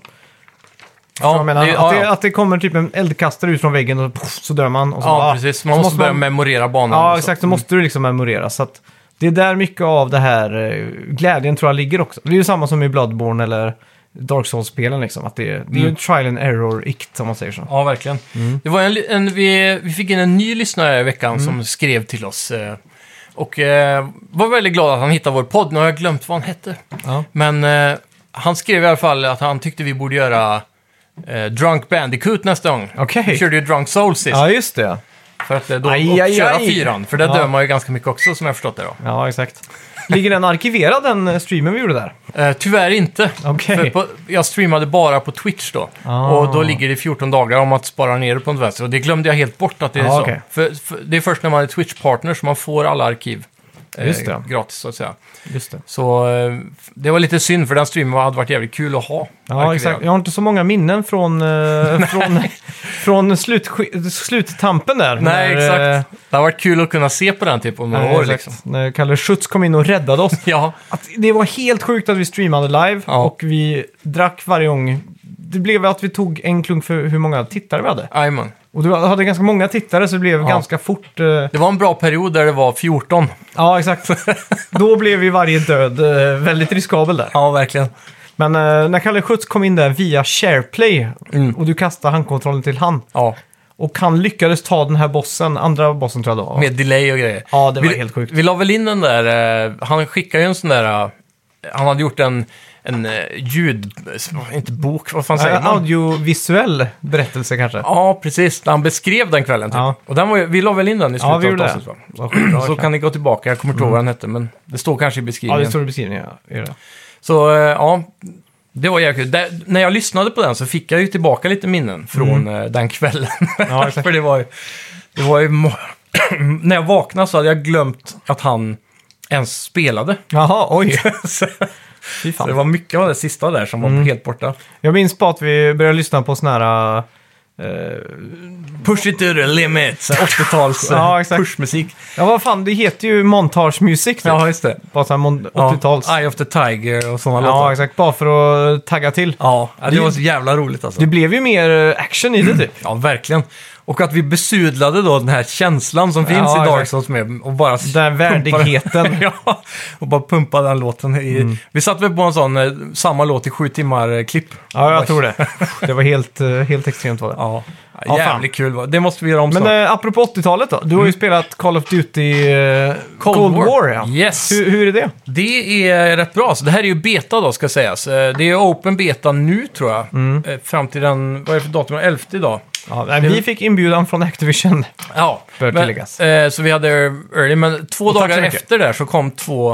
Speaker 2: ja,
Speaker 1: jag menar,
Speaker 2: det,
Speaker 1: att,
Speaker 2: ja,
Speaker 1: det,
Speaker 2: ja.
Speaker 1: att det kommer typ en eldkastare ut från väggen och poff, så dör man. Och så
Speaker 2: ja
Speaker 1: bara,
Speaker 2: precis. Man
Speaker 1: så
Speaker 2: måste börja memorera banan.
Speaker 1: Ja,
Speaker 2: och så.
Speaker 1: exakt. Så måste du liksom memorera. Så att det är där mycket av det här eh, glädjen tror jag ligger också. Det är ju samma som i Bloodborne eller Dark Souls-spelen liksom. Att det, det är ju
Speaker 2: Mm.
Speaker 1: trial and error-ikt om man säger så.
Speaker 2: Ja, verkligen.
Speaker 1: Mm.
Speaker 2: Det var en, li- en, vi, vi fick in en ny lyssnare i veckan som skrev till oss. Eh, och eh, var väldigt glad att han hittade vår podd. Nu har jag glömt vad han hette.
Speaker 1: Ja.
Speaker 2: Men eh, han skrev i alla fall att han tyckte vi borde göra eh, Drunk Bandicoot nästa gång.
Speaker 1: Okej.
Speaker 2: Vi körde ju Drunk Souls sist.
Speaker 1: Ja, just det.
Speaker 2: För att eh, då
Speaker 1: Aj, aj,
Speaker 2: köra
Speaker 1: aj.
Speaker 2: fyran. För där
Speaker 1: Ja.
Speaker 2: dör man ju ganska mycket också som jag har förstått det då.
Speaker 1: Ja, exakt. Ligger den arkiverad, den streamen vi gjorde där?
Speaker 2: Eh, tyvärr inte.
Speaker 1: Okej.
Speaker 2: För på, jag streamade bara på Twitch då.
Speaker 1: Ah.
Speaker 2: Och då ligger det fjorton dagar om att spara ner det på en vänster. Och det glömde jag helt bort att det är
Speaker 1: Ah,
Speaker 2: så.
Speaker 1: okej.
Speaker 2: För, för det är först när man är Twitch-partner som man får alla arkiv eh,
Speaker 1: Just det.
Speaker 2: gratis så att säga.
Speaker 1: Just det.
Speaker 2: Så eh, det var lite synd för den streamen hade varit jävligt kul att ha.
Speaker 1: Ja,
Speaker 2: arkiverad.
Speaker 1: exakt. Jag har inte så många minnen från, eh, från, från slut, sluttampen där.
Speaker 2: Nej,
Speaker 1: när,
Speaker 2: exakt. Det har varit kul att kunna se på den typ om några
Speaker 1: eh,
Speaker 2: år
Speaker 1: exakt.
Speaker 2: liksom.
Speaker 1: När Kalle Schütz kom in och räddade oss.
Speaker 2: Ja,
Speaker 1: Att det var helt sjukt att vi streamade live
Speaker 2: Ja.
Speaker 1: och vi drack varje gång. Det blev att vi tog en klunk för hur många tittare vi hade.
Speaker 2: jajamän.
Speaker 1: Och du hade ganska många tittare så det blev
Speaker 2: Ja.
Speaker 1: ganska fort... eh,
Speaker 2: Det var en bra period där det var fjorton.
Speaker 1: Ja, exakt. Då blev ju varje död eh, väldigt riskabel där.
Speaker 2: Ja, verkligen.
Speaker 1: Men eh, när Kalle Schütz kom in där via SharePlay
Speaker 2: Mm.
Speaker 1: och du kastade handkontrollen till han
Speaker 2: Ja,
Speaker 1: och han lyckades ta den här bossen, andra bossen tror jag då.
Speaker 2: med delay och grejer.
Speaker 1: Ja, det var
Speaker 2: vi,
Speaker 1: helt sjukt.
Speaker 2: Vi la väl in den där, eh, han skickade ju en sån där, eh, han hade gjort en, en eh, ljud, inte bok, vad fan säger
Speaker 1: Eh,
Speaker 2: man?
Speaker 1: audiovisuell berättelse kanske.
Speaker 2: Ja, precis. Han beskrev den kvällen typ.
Speaker 1: Ja.
Speaker 2: Och den var, ju- vi la väl in den i
Speaker 1: Ja,
Speaker 2: slutet
Speaker 1: vi
Speaker 2: av
Speaker 1: gjorde det.
Speaker 2: avsnittet, va?
Speaker 1: Vad sjukt bra,
Speaker 2: Så
Speaker 1: verkligen.
Speaker 2: kan ni gå tillbaka, jag kommer inte ihåg vad den hette, men det står kanske i
Speaker 1: Ja,
Speaker 2: beskrivningen.
Speaker 1: det står i beskrivningen. Ja. Är det.
Speaker 2: Så eh, ja, det var jäkligt kul. Där, när jag lyssnade på den så fick jag ju tillbaka lite minnen från eh, den kvällen.
Speaker 1: Ja, exakt.
Speaker 2: För det var ju, det var ju må- när jag vaknade så hade jag glömt att han ens spelade.
Speaker 1: Jaha, oj.
Speaker 2: så
Speaker 1: Fy
Speaker 2: så det
Speaker 1: fan.
Speaker 2: var mycket av det sista där som var helt borta.
Speaker 1: Jag minns på att vi började lyssna på såna här... eh,
Speaker 2: Push it to the limit, så här åttio-tals eh,
Speaker 1: Ja, exakt.
Speaker 2: pushmusik.
Speaker 1: ja, vad fan, det heter ju montage music. Typ.
Speaker 2: Ja, just det.
Speaker 1: Bara sån här mon-
Speaker 2: Ja,
Speaker 1: åttio-tals.
Speaker 2: Eye of the Tiger och sådana
Speaker 1: Ja,
Speaker 2: låtar.
Speaker 1: exakt. Bara för att tagga till.
Speaker 2: Ja, det
Speaker 1: Det-
Speaker 2: var så jävla roligt alltså.
Speaker 1: Det blev ju mer eh, action i det typ.
Speaker 2: Ja, verkligen. Och att vi besudlade då den här känslan som finns
Speaker 1: Ja,
Speaker 2: i Dark
Speaker 1: exakt.
Speaker 2: Souls med och bara
Speaker 1: Den här värdigheten.
Speaker 2: ja, och bara pumpa den låten. I, Vi satt väl på en sån, eh, samma låt i sju timmar eh, klipp.
Speaker 1: Ja, jag tror det. Det var helt, eh, helt extremt var det.
Speaker 2: Ja,
Speaker 1: Ja,
Speaker 2: jävligt kul. va? Det måste vi göra om
Speaker 1: Men
Speaker 2: snart.
Speaker 1: eh, apropå åttio-talet då. Du har ju spelat Call of Duty eh, Cold,
Speaker 2: Cold
Speaker 1: War.
Speaker 2: War.
Speaker 1: ja.
Speaker 2: Yes.
Speaker 1: Hur, hur är det?
Speaker 2: Det är rätt bra. Så det här är ju beta då, ska sägas. Eh, Det är open beta nu, tror jag. Eh, Fram till den, vad är det för datum? elfte idag.
Speaker 1: Ja, nej, vi fick inbjudan från Activision.
Speaker 2: Ja,
Speaker 1: Bör
Speaker 2: men,
Speaker 1: tilläggas.
Speaker 2: eh, så vi hade early, men två
Speaker 1: Och tack så
Speaker 2: dagar
Speaker 1: mycket.
Speaker 2: efter där så kom två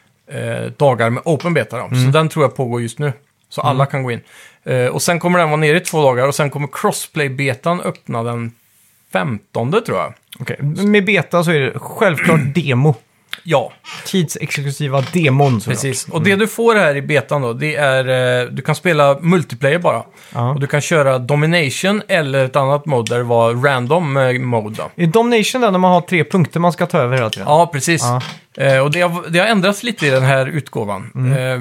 Speaker 2: eh, dagar med open beta. Då.
Speaker 1: Mm.
Speaker 2: Så den tror jag pågår just nu. Så alla kan gå in. Eh, och sen kommer den vara nere i två dagar och sen kommer crossplay-betan öppna den femtonde tror jag.
Speaker 1: Okej. Med beta så är det självklart demo.
Speaker 2: Ja,
Speaker 1: Tidsexklusiva demon. såklart.
Speaker 2: precis. Och det du får här i betan då, det är, eh, du kan spela multiplayer bara.
Speaker 1: Ja.
Speaker 2: Och du kan köra domination eller ett annat mode där det var random eh, mode då.
Speaker 1: Är Domination där när man har tre punkter man ska ta över hela tiden?
Speaker 2: Ja, precis.
Speaker 1: Ja.
Speaker 2: Eh, och det har, det har ändrats lite i den här utgåvan. Eh,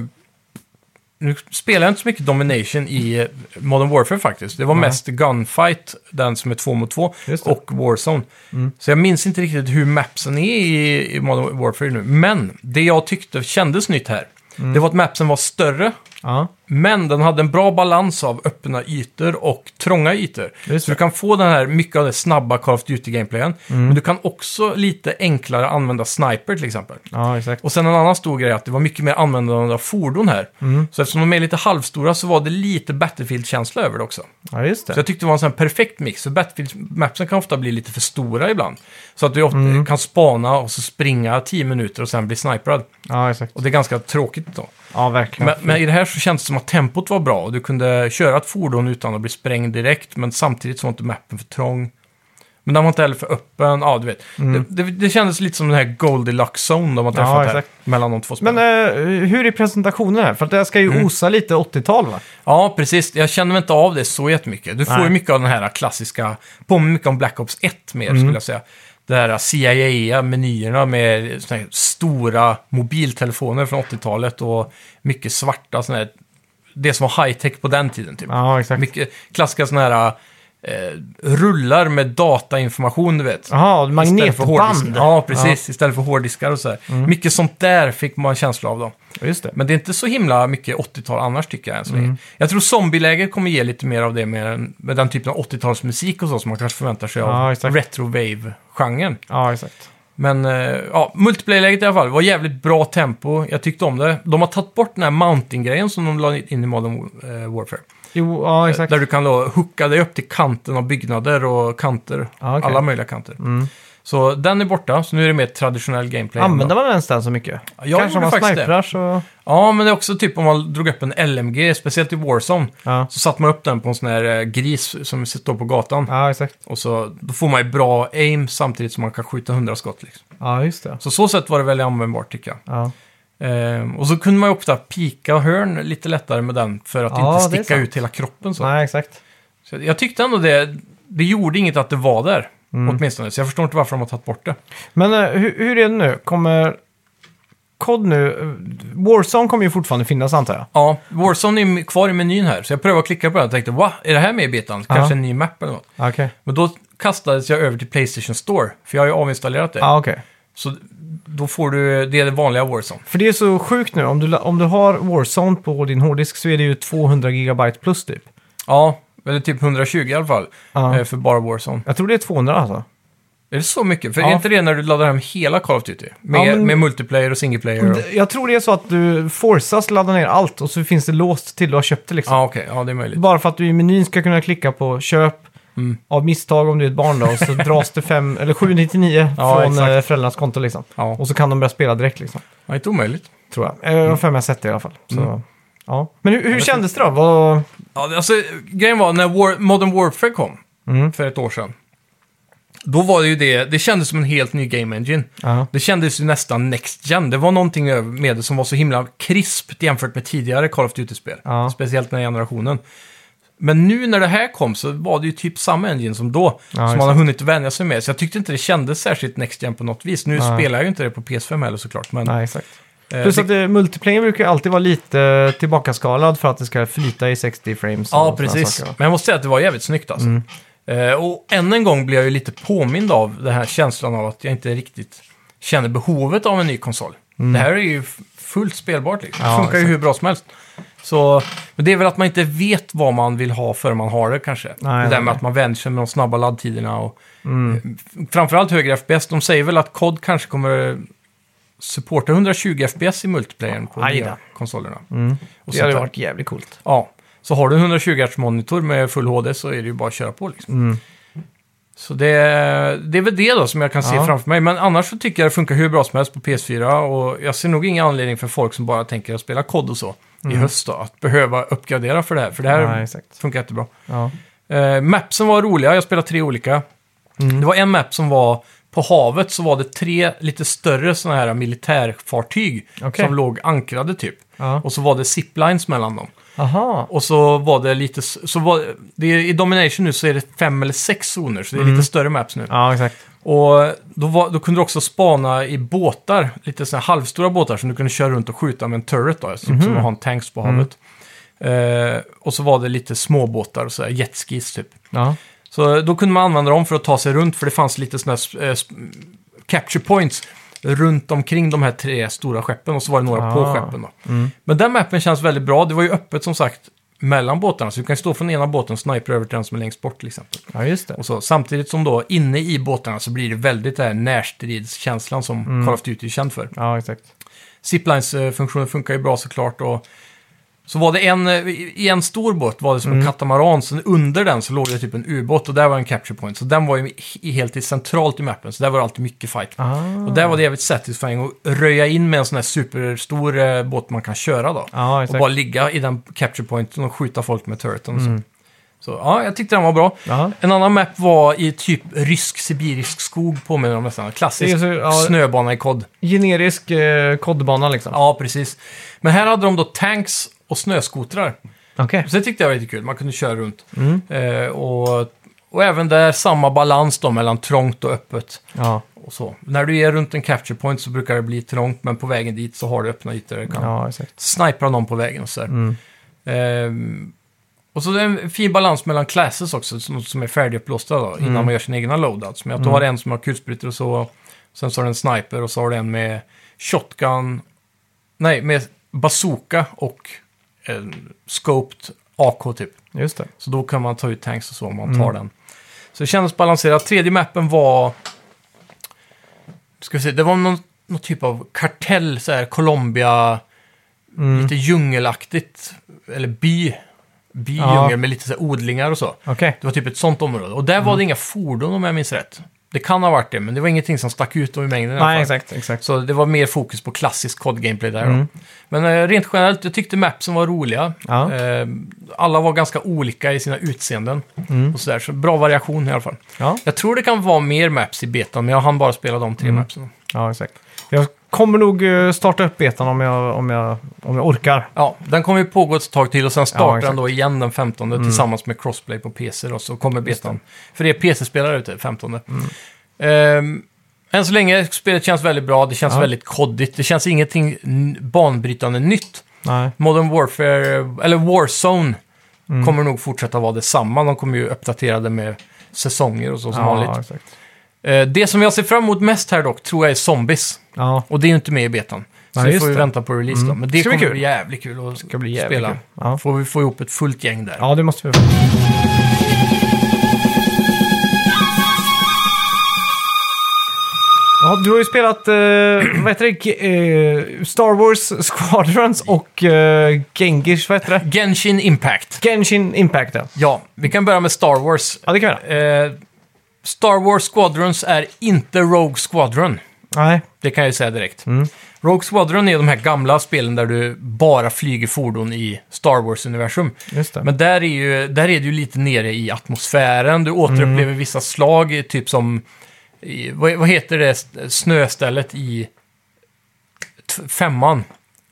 Speaker 2: nu spelar jag inte så mycket Domination i eh, Modern Warfare faktiskt. Det var
Speaker 1: Nej.
Speaker 2: mest Gunfight, den som är två mot två,
Speaker 1: Just det.
Speaker 2: och Warzone. Så jag minns inte riktigt hur mapsen är i, i Modern Warfare nu. Men det jag tyckte kändes nytt här, det var att mapsen var större.
Speaker 1: Ja.
Speaker 2: Men den hade en bra balans av öppna ytor och trånga ytor.
Speaker 1: Just
Speaker 2: Så du kan få den här, mycket av det snabba Call of Duty-gameplayen. Men du kan också lite enklare använda sniper till exempel.
Speaker 1: ja, exakt.
Speaker 2: Och sen en annan stor grej är att det var mycket mer användande av fordon här. Så eftersom de är lite halvstora så var det lite Battlefield-känsla över det också.
Speaker 1: Ja, just
Speaker 2: Så
Speaker 1: det.
Speaker 2: jag tyckte det var en sån här perfekt mix. För Battlefield-mapsen kan ofta bli lite för stora ibland. Så att du ofta kan spana och så springa tio minuter och sen bli sniperad.
Speaker 1: Ja, exakt.
Speaker 2: Och det är ganska tråkigt då.
Speaker 1: Ja, verkligen.
Speaker 2: Men, men i det här så känns det som att tempot var bra och du kunde köra ett fordon utan att bli sprängd direkt, men samtidigt så var inte mappen för trång. Men den var inte heller för öppen, ja du vet. Det, det, det kändes lite som den här Goldilocks zone de har träffat här,
Speaker 1: exakt.
Speaker 2: mellan de två
Speaker 1: Men
Speaker 2: spelen.
Speaker 1: eh, hur är presentationen här? För att det här ska ju osa lite åttio-tal va?
Speaker 2: Ja, precis. Jag känner inte av det så jättemycket. Du får
Speaker 1: Nej.
Speaker 2: ju mycket av den här klassiska, påminner mycket om Black Ops ett mer skulle jag säga. Det här C I A-menyerna med såna här stora mobiltelefoner från åttio-talet och mycket svarta såna här, det som var high-tech på den tiden typ.
Speaker 1: Ja, exakt.
Speaker 2: Mycket klassiska sådana här eh, rullar med datainformation, du vet.
Speaker 1: Jaha,
Speaker 2: Istället för hårddisk-
Speaker 1: magnetband.
Speaker 2: Ja, precis. Istället för hårddiskar och så här. Mycket sånt där fick man en känsla av då.
Speaker 1: Ja, just det.
Speaker 2: Men det är inte så himla mycket åttio-tal annars tycker jag än så länge. Jag tror zombieläget kommer ge lite mer av det med, med den typen av åttio-talsmusik och så som man kanske förväntar sig
Speaker 1: Ja,
Speaker 2: av
Speaker 1: exakt.
Speaker 2: retro-wave-genren.
Speaker 1: Ja, exakt.
Speaker 2: Men eh, ja, multiplayer-läget i alla fall var jävligt bra tempo. Jag tyckte om det. De har tagit bort den här mounting-grejen som de la in i Modern eh, Warfare.
Speaker 1: Jo, ja, exakt.
Speaker 2: Där du kan då hooka dig upp till kanten av byggnader och kanter.
Speaker 1: Ja, okej.
Speaker 2: Alla möjliga kanter. Så den är borta, så nu är det mer traditionell gameplay.
Speaker 1: Använder man ens den så mycket?
Speaker 2: Jag
Speaker 1: Kanske
Speaker 2: gjorde
Speaker 1: om man
Speaker 2: faktiskt
Speaker 1: sniprar så...
Speaker 2: Ja, men det är också typ om man drog upp en L M G, speciellt i Warzone,
Speaker 1: Ja,
Speaker 2: så satte man upp den på en sån här eh, gris som står på gatan.
Speaker 1: ja exakt.
Speaker 2: Och så då får man ju bra aim samtidigt som man kan skjuta hundra skott. Liksom.
Speaker 1: Ja, just det.
Speaker 2: Så så sätt var det väldigt användbart tycker jag.
Speaker 1: Ja.
Speaker 2: Ehm, och så kunde man ju ofta pika hörn lite lättare med den för att
Speaker 1: Ja,
Speaker 2: inte
Speaker 1: det är
Speaker 2: sticka
Speaker 1: sant.
Speaker 2: ut hela kroppen. Så.
Speaker 1: Nej, exakt.
Speaker 2: Så jag tyckte ändå det, det gjorde inget att det var där,
Speaker 1: Mm.
Speaker 2: åtminstone. Så jag förstår inte varför de har tagit bort det.
Speaker 1: Men eh, hur, hur är det nu? Kommer C O D nu... eh, Warzone kommer ju fortfarande finnas antar jag.
Speaker 2: Ja, Warzone är kvar i menyn här, så jag prövade att klicka på den och tänkte, va, är det här med i betan? Kanske
Speaker 1: Ja.
Speaker 2: en ny map eller något.
Speaker 1: Okej.
Speaker 2: Men då kastades jag över till PlayStation Store, för jag har ju avinstallerat det.
Speaker 1: Ja, okej.
Speaker 2: Så då får du, det är det vanliga Warzone.
Speaker 1: För det är så sjukt nu. Om du, la- om du har Warzone på din hårddisk så är det ju tvåhundra gigabyte plus typ.
Speaker 2: Ja, eller typ hundratjugo i alla fall,
Speaker 1: Ja.
Speaker 2: eh, för bara Warzone.
Speaker 1: Jag tror det är tvåhundra alltså.
Speaker 2: Är det så mycket? För
Speaker 1: Ja.
Speaker 2: är inte det när du laddar hem hela Call of Duty? Med,
Speaker 1: Ja, men-
Speaker 2: med multiplayer och single player? Och...
Speaker 1: Jag tror det är så att du forcas ladda ner allt och så finns det låst till du har köpt det liksom.
Speaker 2: Ja, okej. Ja, det är möjligt.
Speaker 1: Bara för att du i menyn ska kunna klicka på köp
Speaker 2: Mm.
Speaker 1: av misstag om du är ett barn då. Och så dras det fem, eller sju nittionio
Speaker 2: Ja,
Speaker 1: från
Speaker 2: exakt.
Speaker 1: eh, föräldrarnas konto liksom.
Speaker 2: Ja,
Speaker 1: Och så kan de börja spela direkt liksom.
Speaker 2: ja inte omöjligt.
Speaker 1: Tror jag. Jag har för mig sett det i alla fall. Så,
Speaker 2: Mm.
Speaker 1: ja. Men hur, hur
Speaker 2: vet
Speaker 1: kändes det då? Vad...
Speaker 2: Ja, det- alltså, grejen var när War, Modern Warfare kom
Speaker 1: Mm.
Speaker 2: för ett år sedan. Då var det ju det, det kändes som en helt ny game engine.
Speaker 1: Ja.
Speaker 2: Det kändes ju nästan next gen. Det var någonting med det som var så himla krispt jämfört med tidigare Call of Duty-spel.
Speaker 1: Ja.
Speaker 2: Speciellt den här generationen. Men nu när det här kom så var det ju typ samma engine som då. som man har
Speaker 1: exakt.
Speaker 2: hunnit vänja sig med. Så jag tyckte inte det kändes särskilt next gen på något vis. Nu
Speaker 1: Nej.
Speaker 2: spelar jag ju inte det på P S fem heller såklart. Men,
Speaker 1: Nej, exakt.
Speaker 2: eh,
Speaker 1: Plus
Speaker 2: det,
Speaker 1: att det, multiplayer brukar ju alltid vara lite tillbakaskalad för att det ska flyta i sextio frames. och
Speaker 2: ja,
Speaker 1: såna
Speaker 2: precis.
Speaker 1: saker, va?
Speaker 2: Men jag måste säga att det var jävligt snyggt alltså.
Speaker 1: Mm.
Speaker 2: Eh, och än en gång blir jag ju lite påmind av den här känslan av att jag inte riktigt känner behovet av en ny konsol. Det här är ju f- fullt spelbart liksom.
Speaker 1: Mm. Ja,
Speaker 2: Det funkar ju
Speaker 1: exakt.
Speaker 2: hur bra som helst. Så, men det är väl att man inte vet vad man vill ha förrän man har det kanske.
Speaker 1: Nej,
Speaker 2: det där
Speaker 1: nej,
Speaker 2: med
Speaker 1: nej.
Speaker 2: att man vänjer sig med de snabba laddtiderna och
Speaker 1: Mm.
Speaker 2: framförallt högre F P S. De säger väl att C O D kanske kommer supporta hundratjugo F P S i multiplayern på
Speaker 1: Aj
Speaker 2: nya
Speaker 1: då.
Speaker 2: konsolerna.
Speaker 1: Mm.
Speaker 2: Och
Speaker 1: Det
Speaker 2: sånt
Speaker 1: hade
Speaker 2: där.
Speaker 1: varit jävligt coolt.
Speaker 2: Ja, så har du en hundratjugo hertz monitor med full H D så är det ju bara att köra på liksom.
Speaker 1: Mm.
Speaker 2: Så det, det är väl det då som jag kan se
Speaker 1: Ja.
Speaker 2: framför mig. Men annars så tycker jag det funkar hur bra som helst på P S fyra. Och jag ser nog ingen anledning för folk som bara tänker att spela C O D och så i höst då. Att behöva uppgradera för det här. För det här
Speaker 1: Mm. Nej, exakt.
Speaker 2: funkar jättebra.
Speaker 1: Ja.
Speaker 2: Uh, mapsen var roliga. Jag spelade tre olika.
Speaker 1: Mm.
Speaker 2: Det var en map som var på havet så var det tre lite större sådana här militärfartyg
Speaker 1: Okej.
Speaker 2: som låg ankrade typ.
Speaker 1: Ja.
Speaker 2: Och så var det ziplines mellan dem.
Speaker 1: Aha.
Speaker 2: Och så var det lite, s- så var det, i Domination nu så är det fem eller sex zoner, så det är lite större maps nu.
Speaker 1: Ja, exakt.
Speaker 2: Och då, var, då kunde du också spana i båtar, lite sådana här halvstora båtar som du kunde köra runt och skjuta med en turret då, typ som att ha en tanks på havet. Eh, och så var det lite små båtar och så här jetskis typ.
Speaker 1: Ja.
Speaker 2: Så då kunde man använda dem för att ta sig runt, för det fanns lite sådana här eh, sp- capture points runt omkring de här tre stora skeppen och så var det några på
Speaker 1: Ah.
Speaker 2: skeppen då. Men den mappen känns väldigt bra. Det var ju öppet som sagt mellan båtarna, så du kan stå från ena båten och snipa över till den som är längst bort till exempel.
Speaker 1: Ja, just det.
Speaker 2: Och så, samtidigt som då inne i båtarna så blir det väldigt den här närstridskänslan som Call of Duty är känd för.
Speaker 1: Ja, exakt.
Speaker 2: Ziplines-funktionen funkar ju bra såklart och så var det en, i en stor båt var det som en katamaran, så under den så låg det typ en ubåt och där var en capture point. Så den var ju i- helt i centralt i mappen, så där var det alltid mycket fight.
Speaker 1: Ah.
Speaker 2: Och där var det jävligt satisfying att röja in med en sån här superstor eh, båt man kan köra då.
Speaker 1: Ja,
Speaker 2: Och
Speaker 1: exakt.
Speaker 2: bara ligga i den capture pointen och skjuta folk med turreten och så. Så ja, jag tyckte den var bra.
Speaker 1: Ja.
Speaker 2: En annan map var i typ rysk-sibirisk skog, påminner om nästan. Klassisk
Speaker 1: Det är så- ja.
Speaker 2: snöbana i kod.
Speaker 1: Generisk eh, kodbana liksom.
Speaker 2: Ja, precis. Men här hade de då tanks och snöskotrar.
Speaker 1: Okej.
Speaker 2: Så det tyckte jag var lite kul. Man kunde köra runt.
Speaker 1: Mm.
Speaker 2: Eh, och, och även där samma balans då mellan trångt och öppet.
Speaker 1: Ja.
Speaker 2: Och så. När du är runt en capture point så brukar det bli trångt, men på vägen dit så har du öppna ytor. Du kan
Speaker 1: Ja, exakt.
Speaker 2: snipra någon på vägen och så där.
Speaker 1: Mm.
Speaker 2: Ehm, och så är det en fin balans mellan classes också, som, som är färdiguppblåsta då, innan
Speaker 1: Mm.
Speaker 2: man gör sin egna loadouts. Men att du har en som har kulsprutor och så, sen så har du en sniper och så har du en med shotgun, nej, med bazooka och en scoped A K typ.
Speaker 1: Just det.
Speaker 2: Så då kan man ta ut tanks och så om man tar den. Så det kändes balanserat. Tredje mappen var, ska vi se, det var någon, någon typ av kartell, så här, Colombia,
Speaker 1: Mm.
Speaker 2: lite djungelaktigt, eller by, by
Speaker 1: Ja.
Speaker 2: djungel med lite så här, odlingar och så.
Speaker 1: Okej.
Speaker 2: Det var typ ett sånt område. Och där var det inga fordon om jag minns rätt. det kan ha varit det, men det var ingenting som stack ut i mängden. I alla
Speaker 1: Nej,
Speaker 2: fall.
Speaker 1: exakt, exakt.
Speaker 2: Så det var mer fokus på klassisk C O D-gameplay där.
Speaker 1: Mm.
Speaker 2: Då. Men eh, rent generellt, jag tyckte mapsen var roliga.
Speaker 1: Ja.
Speaker 2: Eh, alla var ganska olika i sina utseenden.
Speaker 1: Mm.
Speaker 2: Och sådär, så bra variation i alla fall.
Speaker 1: Ja,
Speaker 2: Jag tror det kan vara mer maps i betan, men jag hann bara spela de tre
Speaker 1: Mm.
Speaker 2: mapsen.
Speaker 1: ja, exakt. Jag kommer nog eh, starta upp betan om jag, om jag, om jag orkar.
Speaker 2: Ja, den kommer ju pågå ett tag till och sen startar
Speaker 1: Ja, exakt.
Speaker 2: den då igen den femtonde
Speaker 1: Mm.
Speaker 2: tillsammans med crossplay på P C då, så kommer
Speaker 1: Just
Speaker 2: betan. För det är P C-spelare ute, femtonde.
Speaker 1: Mm.
Speaker 2: Ehm, än så länge, spelet känns väldigt bra, det känns
Speaker 1: Ja.
Speaker 2: väldigt koddigt, det känns ingenting n- banbrytande nytt.
Speaker 1: Nej.
Speaker 2: Modern Warfare, eller Warzone,
Speaker 1: Mm.
Speaker 2: kommer nog fortsätta vara detsamma. De kommer ju uppdatera det med säsonger och så som
Speaker 1: Ja,
Speaker 2: vanligt.
Speaker 1: exakt.
Speaker 2: Eh, det som jag ser fram emot mest här dock, tror jag är Zombies.
Speaker 1: Ja,
Speaker 2: Och det är ju inte med i betan. Så
Speaker 1: Nej,
Speaker 2: vi
Speaker 1: just
Speaker 2: får ju
Speaker 1: det.
Speaker 2: vänta på release då.
Speaker 1: Mm.
Speaker 2: Men det
Speaker 1: Ska bli
Speaker 2: kommer
Speaker 1: kul.
Speaker 2: bli jävligt kul att
Speaker 1: ska bli jävligt
Speaker 2: spela.
Speaker 1: kul. Ja.
Speaker 2: Får vi få ihop ett fullt gäng där.
Speaker 1: ja, det måste vi. Ja, du har ju spelat, eh, vad heter det, G- eh, Star Wars Squadrons och eh, Genghis, vad heter det?
Speaker 2: Genshin Impact.
Speaker 1: Genshin Impact, ja.
Speaker 2: Ja, vi kan börja med Star Wars.
Speaker 1: Ja, det kan vi göra.
Speaker 2: Eh, Star Wars Squadrons är inte Rogue Squadron.
Speaker 1: Nej.
Speaker 2: Det kan jag ju säga direkt.
Speaker 1: Mm.
Speaker 2: Rogue Squadron är de här gamla spelen där du bara flyger fordon i Star Wars-universum.
Speaker 1: Just det.
Speaker 2: Men där är, ju, där är du lite nere i atmosfären. Du återupplever
Speaker 1: Mm.
Speaker 2: vissa slag, typ som... I, vad, vad heter det snöstället i t- femman?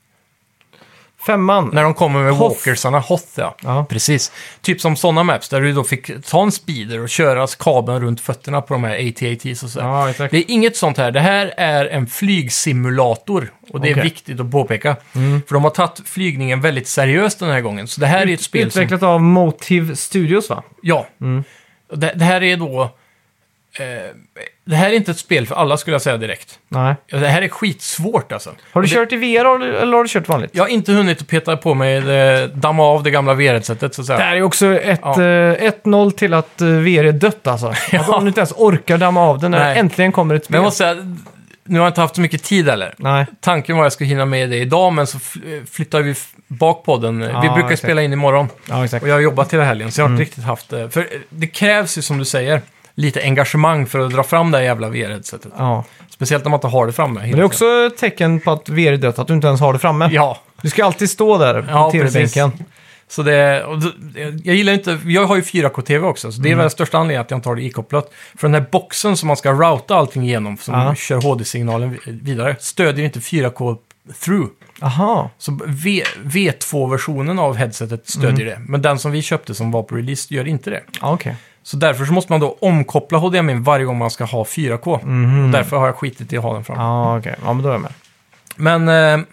Speaker 1: Femman.
Speaker 2: När de kommer med
Speaker 1: Hoth.
Speaker 2: walkersarna. Hoth, ja.
Speaker 1: Ja.
Speaker 2: Precis. Typ som sådana maps där du då fick ta en speeder och köra kabeln runt fötterna på de här A T A Ts och sådär.
Speaker 1: Ja, exakt.
Speaker 2: Det är inget sånt här. Det här är en flygsimulator. Och det är
Speaker 1: Okej.
Speaker 2: viktigt att påpeka.
Speaker 1: Mm.
Speaker 2: För de har tagit flygningen väldigt seriöst den här gången. Så det här är ett spel som...
Speaker 1: Utvecklat av Motive Studios, va?
Speaker 2: Ja.
Speaker 1: Mm.
Speaker 2: Och Det, det här är då... Eh, det här är inte ett spel för alla skulle jag säga direkt.
Speaker 1: Nej.
Speaker 2: Det här är skitsvårt alltså.
Speaker 1: Har du
Speaker 2: Och det,
Speaker 1: kört i V R eller har du kört vanligt?
Speaker 2: Jag har inte hunnit att peta på mig, det, damma av det gamla V R-headsetet så att säga.
Speaker 1: Det här är också ett,
Speaker 2: Ja.
Speaker 1: eh, ett noll till att eh, V R är dött alltså. Att om du inte ens orkar damma av den när
Speaker 2: Nej.
Speaker 1: äntligen kommer ett spel.
Speaker 2: Men jag måste säga, nu har jag inte haft så mycket tid heller.
Speaker 1: Nej.
Speaker 2: Tanken var att jag skulle hinna med det idag, men så fl- flyttar vi f- bak på den. vi
Speaker 1: Ja,
Speaker 2: brukar
Speaker 1: exakt.
Speaker 2: spela in imorgon.
Speaker 1: Ja, exakt.
Speaker 2: Och jag har jobbat hela helgen, så jag har
Speaker 1: Mm.
Speaker 2: inte riktigt haft det. För det krävs ju, som du säger, lite engagemang för att dra fram det här jävla V R-headsetet.
Speaker 1: Ja.
Speaker 2: Speciellt när man inte har det framme.
Speaker 1: Men det är också ett tecken på att V R är dött, att du inte ens har det framme.
Speaker 2: Ja,
Speaker 1: Du ska alltid stå där på
Speaker 2: Ja,
Speaker 1: tv-bänken.
Speaker 2: så det... Och det- jag gillar inte... Jag har ju fyra K-T V också, så det är
Speaker 1: Mm.
Speaker 2: väl den största anledningen att jag inte har det ikopplat. För den här boxen som man ska routa allting igenom, som
Speaker 1: Ja.
Speaker 2: kör H D-signalen vi- vidare, stödjer inte fyra K through.
Speaker 1: Aha.
Speaker 2: Så v, V2-versionen av headsetet stödjer det. Men den som vi köpte som var på release gör inte det.
Speaker 1: Ja, okej.
Speaker 2: Så därför så måste man då omkoppla H D M I varje gång man ska ha fyra K.
Speaker 1: Mhm.
Speaker 2: Därför har jag skitit i att ha den fram.
Speaker 1: Ja, okej. Ja, men då är jag med.
Speaker 2: Men eh,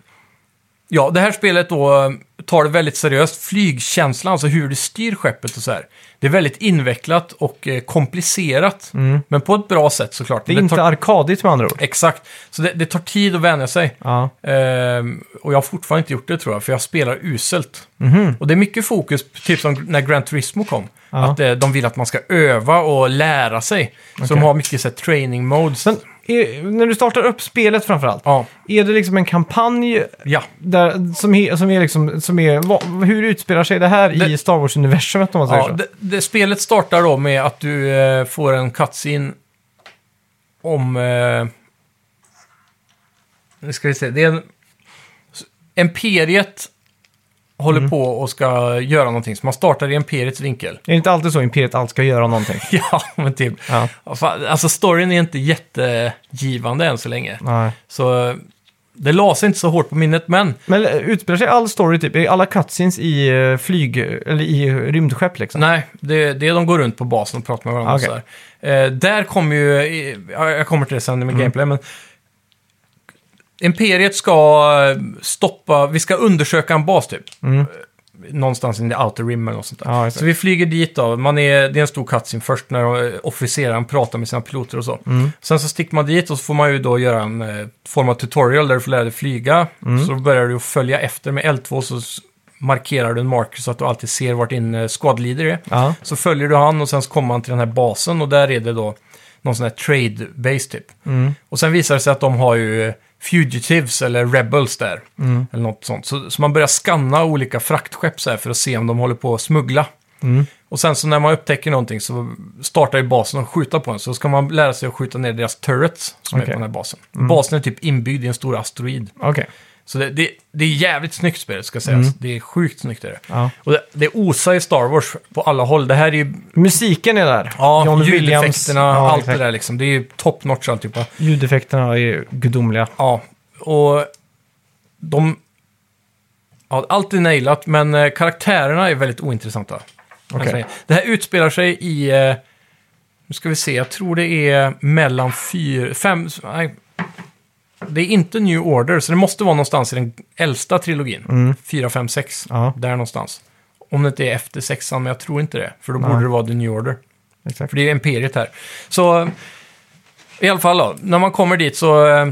Speaker 2: ja, det här spelet då eh, tar det väldigt seriöst. Flygkänslan, alltså hur du styr skeppet och så här. Det är väldigt invecklat och eh, komplicerat.
Speaker 1: Mm.
Speaker 2: Men på ett bra sätt såklart.
Speaker 1: Det är
Speaker 2: Men
Speaker 1: inte
Speaker 2: tar,
Speaker 1: arkadigt med andra ord.
Speaker 2: exakt. Så det, det tar tid att vänja sig.
Speaker 1: Ja.
Speaker 2: Ehm, och jag har fortfarande inte gjort det tror jag, för jag spelar uselt.
Speaker 1: Mhm.
Speaker 2: Och det är mycket fokus, typ som när Gran Turismo kom.
Speaker 1: Ja.
Speaker 2: Att eh, de vill att man ska öva och lära sig. Så
Speaker 1: Okej.
Speaker 2: de har mycket så här, training modes.
Speaker 1: Men är, när du startar upp spelet framförallt,
Speaker 2: Ja,
Speaker 1: är det liksom en kampanj
Speaker 2: ja.
Speaker 1: där, som, är, som är liksom, som är, vad, hur utspelar sig det här
Speaker 2: Det-
Speaker 1: i Star Wars-universumet om man säger
Speaker 2: ja
Speaker 1: så?
Speaker 2: det, det, spelet startar då med att du eh, får en cutscene om... Eh, nu ska vi se, det är en... Imperiet håller
Speaker 1: Mm.
Speaker 2: på och ska göra någonting, så man startar i Imperiets vinkel.
Speaker 1: Är det inte alltid så Imperiet allt ska göra någonting?
Speaker 2: Ja, men typ.
Speaker 1: Ja.
Speaker 2: Alltså storyn är inte jättegivande än så länge.
Speaker 1: Nej.
Speaker 2: Så det la sig inte så hårt på minnet, men
Speaker 1: Men eh, utspelar sig all story typ, är alla cutscenes i eh, flyg, eller i rymdskepp liksom?
Speaker 2: nej, det, det är de går runt på basen och pratar med varandra.
Speaker 1: Okej.
Speaker 2: Och så där. Eh, där kommer ju, ja, jag kommer till det sen med
Speaker 1: Mm.
Speaker 2: gameplay, men Imperiet ska stoppa, vi ska undersöka en bas typ.
Speaker 1: Mm.
Speaker 2: Någonstans i the outer rim eller något sånt där.
Speaker 1: Ja, exakt.
Speaker 2: Så vi flyger dit då. Man är, det är en stor cutscene först när eh, officeraren pratar med sina piloter och så.
Speaker 1: Mm.
Speaker 2: Sen så sticker man dit och så får man ju då göra en eh, form av tutorial där du får lära dig flyga.
Speaker 1: Mm.
Speaker 2: Så då börjar du följa efter med L två så s- markerar du en marker så att du alltid ser vart din eh, squad leader är.
Speaker 1: Ja.
Speaker 2: Så följer du han och sen så kommer man till den här basen och där är det då någon sån här trade base typ.
Speaker 1: Mm.
Speaker 2: Och sen visar det sig att de har ju eh, fugitives eller rebels där.
Speaker 1: Mm.
Speaker 2: Eller något sånt. Så, så man börjar scanna olika fraktskepp så här för att se om de håller på att smuggla.
Speaker 1: Mm.
Speaker 2: Och sen så när man upptäcker någonting så startar ju basen och skjuter på den. Så ska man lära sig att skjuta ner deras turrets som
Speaker 1: Okej.
Speaker 2: är på den här basen. Basen är typ inbyggd i en stor asteroid.
Speaker 1: Okej.
Speaker 2: Så det, det, det är jävligt snyggt spel, ska sägas.
Speaker 1: Mm.
Speaker 2: Det är sjukt snyggt. Är det.
Speaker 1: Ja.
Speaker 2: Och det, det osar i Star Wars på alla håll. Det här är ju...
Speaker 1: Musiken är där.
Speaker 2: Ja,
Speaker 1: John
Speaker 2: ljudeffekterna,
Speaker 1: Williams. Ja,
Speaker 2: allt
Speaker 1: exakt.
Speaker 2: det där liksom. Det är ju top notch alltihopa.
Speaker 1: Ljudeffekterna är gudomliga.
Speaker 2: Ja, och de... Ja, allt är nailat, men eh, karaktärerna är väldigt ointressanta.
Speaker 1: Okej.
Speaker 2: Det här utspelar sig i... Eh, nu ska vi se, jag tror det är mellan fyra... Fem... Nej, det är inte New Order, så det måste vara någonstans i den äldsta trilogin.
Speaker 1: Mm.
Speaker 2: fyra, fem, sex.
Speaker 1: Ja,
Speaker 2: Där någonstans. Om det inte är efter sexan, men jag tror inte det. För då
Speaker 1: Nej.
Speaker 2: borde det vara The New Order.
Speaker 1: exakt.
Speaker 2: För det är Imperiet här. Så i alla fall då, när man kommer dit så, eh,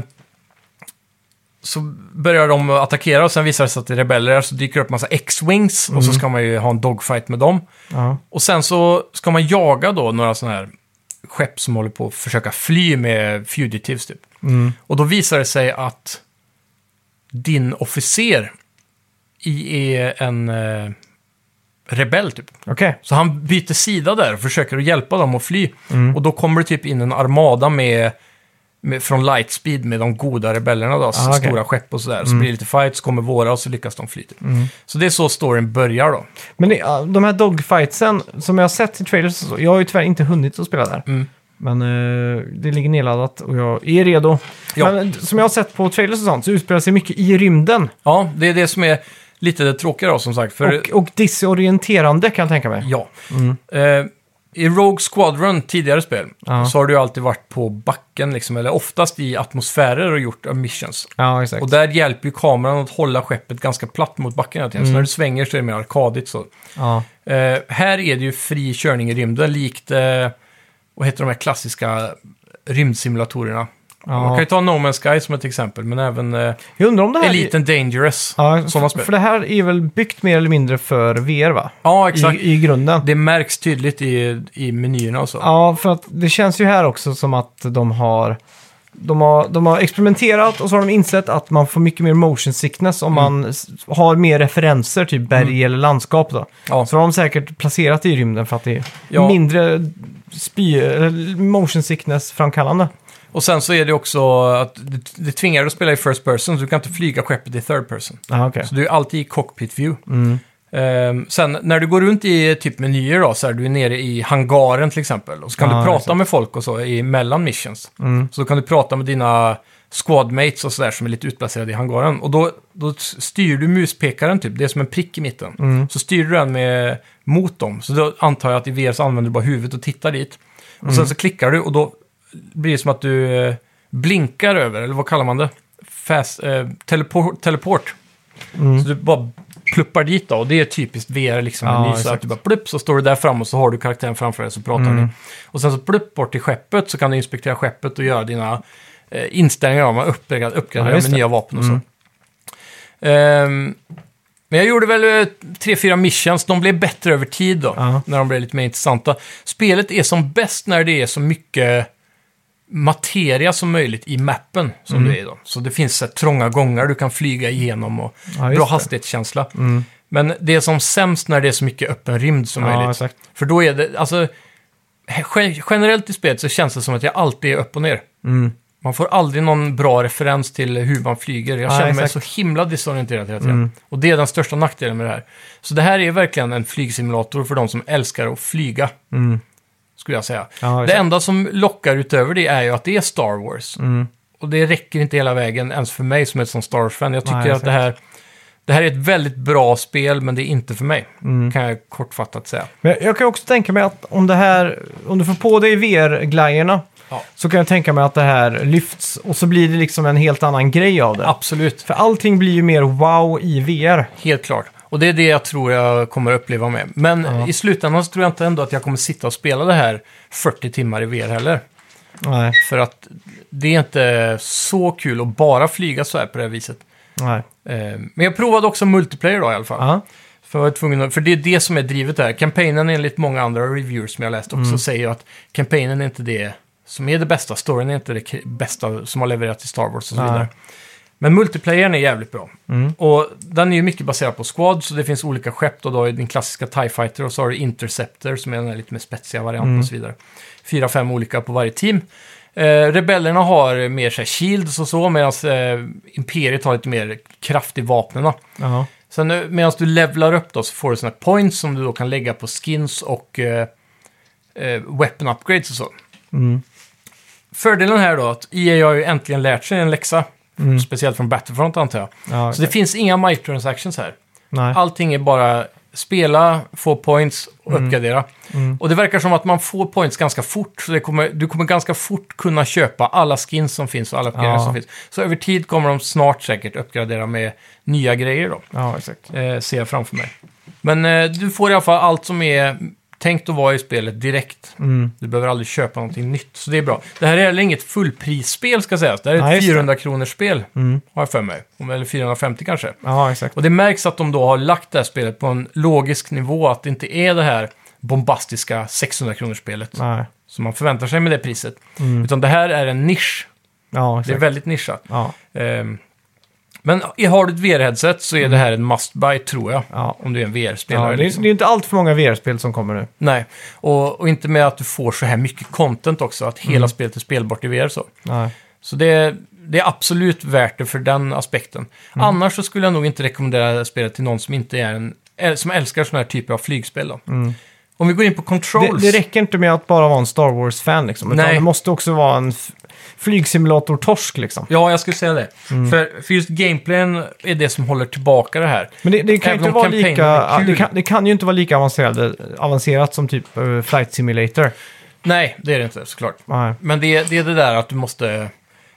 Speaker 2: så börjar de attackera och sen visar det sig att det är rebeller. Så dyker det upp massa X-Wings och så ska man ju ha en dogfight med dem.
Speaker 1: Ja.
Speaker 2: Och sen så ska man jaga då några sådana här skepp som håller på att försöka fly med fugitives typ.
Speaker 1: Mm.
Speaker 2: Och då visar det sig att din officer i är en eh, rebell typ.
Speaker 1: Okej.
Speaker 2: Så han byter sida där och försöker att hjälpa dem att fly.
Speaker 1: Mm.
Speaker 2: Och då kommer det typ in en armada med, med, från Lightspeed med de goda rebellerna då,
Speaker 1: Ah, okej.
Speaker 2: stora skepp och sådär. Så
Speaker 1: Mm.
Speaker 2: blir det lite fight, så kommer våra och så lyckas de fly typ.
Speaker 1: Mm.
Speaker 2: Så det är så storyn börjar då.
Speaker 1: Men det, ja, de här dogfightsen som jag har sett i trailers och så, jag har ju tyvärr inte hunnit att spela där.
Speaker 2: Mm.
Speaker 1: Men eh, det ligger nedladdat och jag är redo.
Speaker 2: Ja.
Speaker 1: Men som jag har sett på trailers och sånt så utspelar sig mycket i rymden.
Speaker 2: Ja, det är det som är lite det tråkiga då som sagt. För,
Speaker 1: Och, och disorienterande kan jag tänka mig.
Speaker 2: ja.
Speaker 1: Mm.
Speaker 2: Eh, I Rogue Squadron, tidigare spel,
Speaker 1: Ja.
Speaker 2: så har du ju alltid varit på backen, liksom, eller oftast i atmosfärer och gjort missions.
Speaker 1: Ja, exakt.
Speaker 2: Och där hjälper ju kameran att hålla skeppet ganska platt mot backen hela tiden.
Speaker 1: Mm.
Speaker 2: Så när du svänger så är det mer arkadigt. Så.
Speaker 1: Ja.
Speaker 2: Eh, här är det ju fri körning i rymden, likt, eh, vad heter de här klassiska rymdsimulatorerna?
Speaker 1: Ja.
Speaker 2: Man kan ju ta No Man's Sky som ett exempel, men även eh,
Speaker 1: Jag undrar om det här...
Speaker 2: Elite and Dangerous.
Speaker 1: Ja,
Speaker 2: sådana
Speaker 1: för,
Speaker 2: spel.
Speaker 1: för det här är väl byggt mer eller mindre för V R, va?
Speaker 2: Ja, exakt.
Speaker 1: I, I grunden.
Speaker 2: Det märks tydligt i, i menyerna och så.
Speaker 1: Ja, för att det känns ju här också som att de har... De har, de har experimenterat och så har de insett att man får mycket mer motion sickness om
Speaker 2: Mm.
Speaker 1: man s- har mer referenser, typ berg eller landskap då.
Speaker 2: Ja.
Speaker 1: Så har de säkert placerat det i rymden för att det är
Speaker 2: Ja.
Speaker 1: mindre spy, eller motion sickness framkallande.
Speaker 2: Och sen så är det också att det, det tvingar dig att spela i first person, så du kan inte flyga skeppet i third person.
Speaker 1: Ja, okej.
Speaker 2: Så du är alltid i cockpit view.
Speaker 1: Mm.
Speaker 2: Ehm, sen när du går runt i typ menyer då, så är du är nere i hangaren till exempel. Och så kan
Speaker 1: Ja,
Speaker 2: du prata
Speaker 1: exakt.
Speaker 2: med folk och så i mellan missions.
Speaker 1: Mm.
Speaker 2: Så då kan du prata med dina squadmates och sådär som är lite utplacerade i hangaren. Och då, då styr du muspekaren typ, det är som en prick i mitten.
Speaker 1: Mm.
Speaker 2: Så styr du den med, mot dem. Så då antar jag att i V R så använder du bara huvudet och tittar dit. Och
Speaker 1: Mm.
Speaker 2: sen så klickar du och då blir det som att du eh, blinkar över, eller vad kallar man det? Fast, eh, teleport. teleport.
Speaker 1: Mm.
Speaker 2: Så du bara pluppar dit då, och det är typiskt V R liksom.
Speaker 1: Ja,
Speaker 2: Ja, så
Speaker 1: exakt.
Speaker 2: att du bara plupp, så står du där fram och så har du karaktären framför dig så pratar
Speaker 1: Mm.
Speaker 2: ni. Och sen så plupp bort till skeppet så kan du inspektera skeppet och göra dina eh, inställningar om man uppgraderar, uppgraderar
Speaker 1: Ja, just
Speaker 2: med
Speaker 1: det.
Speaker 2: nya vapen och
Speaker 1: Mm.
Speaker 2: så. Ehm, men jag gjorde väl eh, tre, fyra missions, de blev bättre över tid då,
Speaker 1: Ja.
Speaker 2: när de blev lite mer intressanta. Spelet är som bäst när det är så mycket materia som möjligt i mappen som
Speaker 1: Mm.
Speaker 2: det är då. Så det finns så här, trånga gångar du kan flyga igenom och
Speaker 1: Ja, just
Speaker 2: bra
Speaker 1: det.
Speaker 2: hastighetskänsla.
Speaker 1: Mm.
Speaker 2: Men det är som sämst när det är så mycket öppen rymd som
Speaker 1: Ja,
Speaker 2: möjligt.
Speaker 1: exakt.
Speaker 2: För då är det, alltså, ge- generellt i spelet så känns det som att jag alltid är upp och ner.
Speaker 1: Mm.
Speaker 2: Man får aldrig någon bra referens till hur man flyger. Jag
Speaker 1: Ja,
Speaker 2: känner mig
Speaker 1: exakt.
Speaker 2: så himla disorienterad hela tiden.
Speaker 1: Mm.
Speaker 2: Och det är den största nackdelen med det här. Så det här är verkligen en flygsimulator för de som älskar att flyga,
Speaker 1: Mm.
Speaker 2: skulle jag säga.
Speaker 1: Ja,
Speaker 2: Det
Speaker 1: exakt.
Speaker 2: enda som lockar utöver det är ju att det är Star Wars.
Speaker 1: Mm.
Speaker 2: Och det räcker inte hela vägen, ens för mig som är ett sånt Star Wars-fan. Jag tycker
Speaker 1: Nej,
Speaker 2: att det här, det här är ett väldigt bra spel, men det är inte för mig.
Speaker 1: Mm.
Speaker 2: Kan jag kortfattat säga.
Speaker 1: Men jag kan också tänka mig att om det här, om du får på dig V R-glajjorna
Speaker 2: Ja.
Speaker 1: så kan jag tänka mig att det här lyfts och så blir det liksom en helt annan grej av det.
Speaker 2: Absolut,
Speaker 1: För allting blir ju mer wow i V R.
Speaker 2: helt klart. Och det är det jag tror jag kommer att uppleva med. Men
Speaker 1: Ja.
Speaker 2: i slutändan så tror jag inte ändå att jag kommer sitta och spela det här fyrtio timmar i V R heller.
Speaker 1: Nej,
Speaker 2: För att det är inte så kul att bara flyga så här på det här viset.
Speaker 1: nej.
Speaker 2: Eh, Men jag provade också multiplayer då i alla fall.
Speaker 1: Ja.
Speaker 2: För, jag var tvungen att, för det är det som är drivet här. Campaignen enligt många andra reviewers som jag läst också
Speaker 1: Mm.
Speaker 2: säger ju att campaignen är inte det som är det bästa. Storyn är inte det k- bästa som har levererat till Star Wars och så
Speaker 1: Nej.
Speaker 2: vidare. Men multiplayern är jävligt bra.
Speaker 1: Mm.
Speaker 2: Och den är ju mycket baserad på squad, så det finns olika skepp. Och då är din klassiska TIE Fighter och så har du Interceptor som är den här lite mer spetsiga varianten
Speaker 1: Mm.
Speaker 2: och så vidare. Fyra, fem olika på varje team. Eh, rebellerna har mer så här, shields och så, medan eh, Imperiet har lite mer kraft i vapnena.
Speaker 1: Jaha.
Speaker 2: Sen eh, medan du levlar upp då så får du såna här points som du då kan lägga på skins och eh, eh, weapon upgrades och så.
Speaker 1: Mm.
Speaker 2: Fördelen här då att E A har ju äntligen lärt sig en läxa.
Speaker 1: Mm.
Speaker 2: Speciellt från Battlefront antar jag.
Speaker 1: Ja,
Speaker 2: Så det finns inga microtransactions här.
Speaker 1: Nej.
Speaker 2: Allting är bara spela, få points och
Speaker 1: Mm.
Speaker 2: uppgradera.
Speaker 1: Mm.
Speaker 2: Och det verkar som att man får points ganska fort. Så det kommer, du kommer ganska fort kunna köpa alla skins som finns och alla uppgraderingar
Speaker 1: Ja.
Speaker 2: som finns. Så över tid kommer de snart säkert uppgradera med nya grejer då.
Speaker 1: Ja, exakt.
Speaker 2: Eh, ser jag framför mig. Men eh, du får i alla fall allt som är tänkt att vara i spelet direkt.
Speaker 1: Mm.
Speaker 2: Du behöver aldrig köpa någonting nytt, så det är bra. Det här är heller inget fullprisspel ska sägas. Det här är
Speaker 1: Nej,
Speaker 2: ett
Speaker 1: just det.
Speaker 2: fyrahundra kronors spel,
Speaker 1: Mm.
Speaker 2: har jag för mig. Om- Eller fyrahundrafemtio kanske.
Speaker 1: Ja, exakt.
Speaker 2: Och det märks att de då har lagt det här spelet på en logisk nivå, att det inte är det här bombastiska sexhundra kronors spelet
Speaker 1: Nej.
Speaker 2: som man förväntar sig med det priset.
Speaker 1: Mm.
Speaker 2: Utan det här är en nisch.
Speaker 1: Ja,
Speaker 2: Det är
Speaker 1: exakt.
Speaker 2: väldigt nischat.
Speaker 1: Ja.
Speaker 2: Ehm, men har du ett V R-headset så är det här en must-buy, tror jag.
Speaker 1: Ja.
Speaker 2: Om du är en V R-spelare.
Speaker 1: Ja, det, är,
Speaker 2: liksom.
Speaker 1: det är inte allt för många V R-spel som kommer nu.
Speaker 2: Nej, och, och inte med att du får så här mycket content också, att hela
Speaker 1: Mm.
Speaker 2: spelet är spelbart i V R så.
Speaker 1: Nej.
Speaker 2: Så det, det är absolut värt det för den aspekten.
Speaker 1: Mm.
Speaker 2: Annars så skulle jag nog inte rekommendera det här spelet till någon som inte är en, äl- som älskar sådana här typer av flygspel då.
Speaker 1: Mm.
Speaker 2: Om vi går in på
Speaker 1: Det,
Speaker 2: controls.
Speaker 1: det räcker inte med att bara vara en Star Wars-fan liksom. Utan
Speaker 2: Nej.
Speaker 1: det måste också vara en f- flygsimulator-torsk liksom.
Speaker 2: Ja, jag skulle säga det.
Speaker 1: Mm.
Speaker 2: För, för just gameplayen är det som håller tillbaka det här.
Speaker 1: Men det, det kan ju
Speaker 2: Även
Speaker 1: inte
Speaker 2: om
Speaker 1: vara
Speaker 2: kampanjen
Speaker 1: lika...
Speaker 2: är kul.
Speaker 1: Det kan, det kan ju inte vara lika avancerat, avancerat som typ uh, Flight Simulator.
Speaker 2: Nej, det är det inte såklart.
Speaker 1: Nej.
Speaker 2: Men det, det är det där att du måste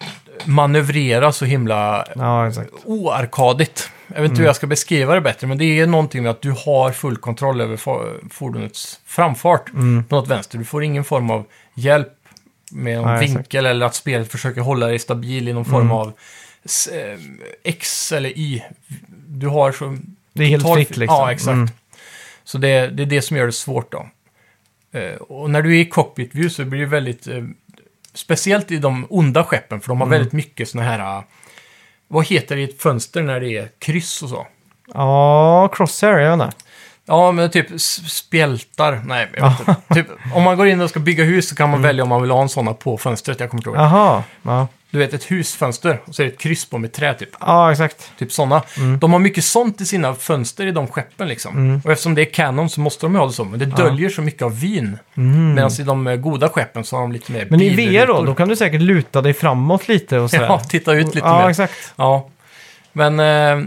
Speaker 2: manövrera så himla
Speaker 1: Ja, exakt.
Speaker 2: oarkadigt. Jag vet inte hur jag ska beskriva det bättre, men det är någonting med att du har full kontroll över for- fordonets framfart
Speaker 1: Mm.
Speaker 2: på något vänster. Du får ingen form av hjälp med någon
Speaker 1: Nej,
Speaker 2: vinkel
Speaker 1: exakt.
Speaker 2: eller att spelet försöker hålla dig stabil i någon form
Speaker 1: Mm.
Speaker 2: av s- eh, X eller Y. Du har så...
Speaker 1: Det är helt
Speaker 2: total-
Speaker 1: fritt liksom.
Speaker 2: Ja, exakt.
Speaker 1: Mm.
Speaker 2: Så det, det är det som gör det svårt då. Eh, och när du är i cockpit view så blir det väldigt... Eh, speciellt i de onda skeppen, för de har
Speaker 1: Mm.
Speaker 2: väldigt mycket såna här... eh, vad heter det i ett fönster när det är kryss och så?
Speaker 1: Ja, Crosshair, jag vet inte.
Speaker 2: Ja, men typ s- spjältar. Nej, jag vet inte. Typ, om man går in och ska bygga hus så kan man välja om man vill ha en sån på fönstret. Jag kommer inte ihåg.
Speaker 1: Jaha, ja.
Speaker 2: Du vet, ett husfönster och så är det ett kryss på med trä typ.
Speaker 1: Ja, exakt.
Speaker 2: Typ sådana.
Speaker 1: Mm.
Speaker 2: De har mycket sånt i sina fönster i de skeppen liksom.
Speaker 1: Mm.
Speaker 2: Och eftersom det är Canon så måste de ha det så. Men det döljer så mycket av vyn.
Speaker 1: Mm.
Speaker 2: Medan i de eh, goda skeppen så har de lite mer
Speaker 1: Men i V R då,
Speaker 2: bilrutor.
Speaker 1: då kan du säkert luta dig framåt lite och sådär.
Speaker 2: Ja, titta ut lite
Speaker 1: Ja,
Speaker 2: mer.
Speaker 1: exakt.
Speaker 2: Ja, men... Eh,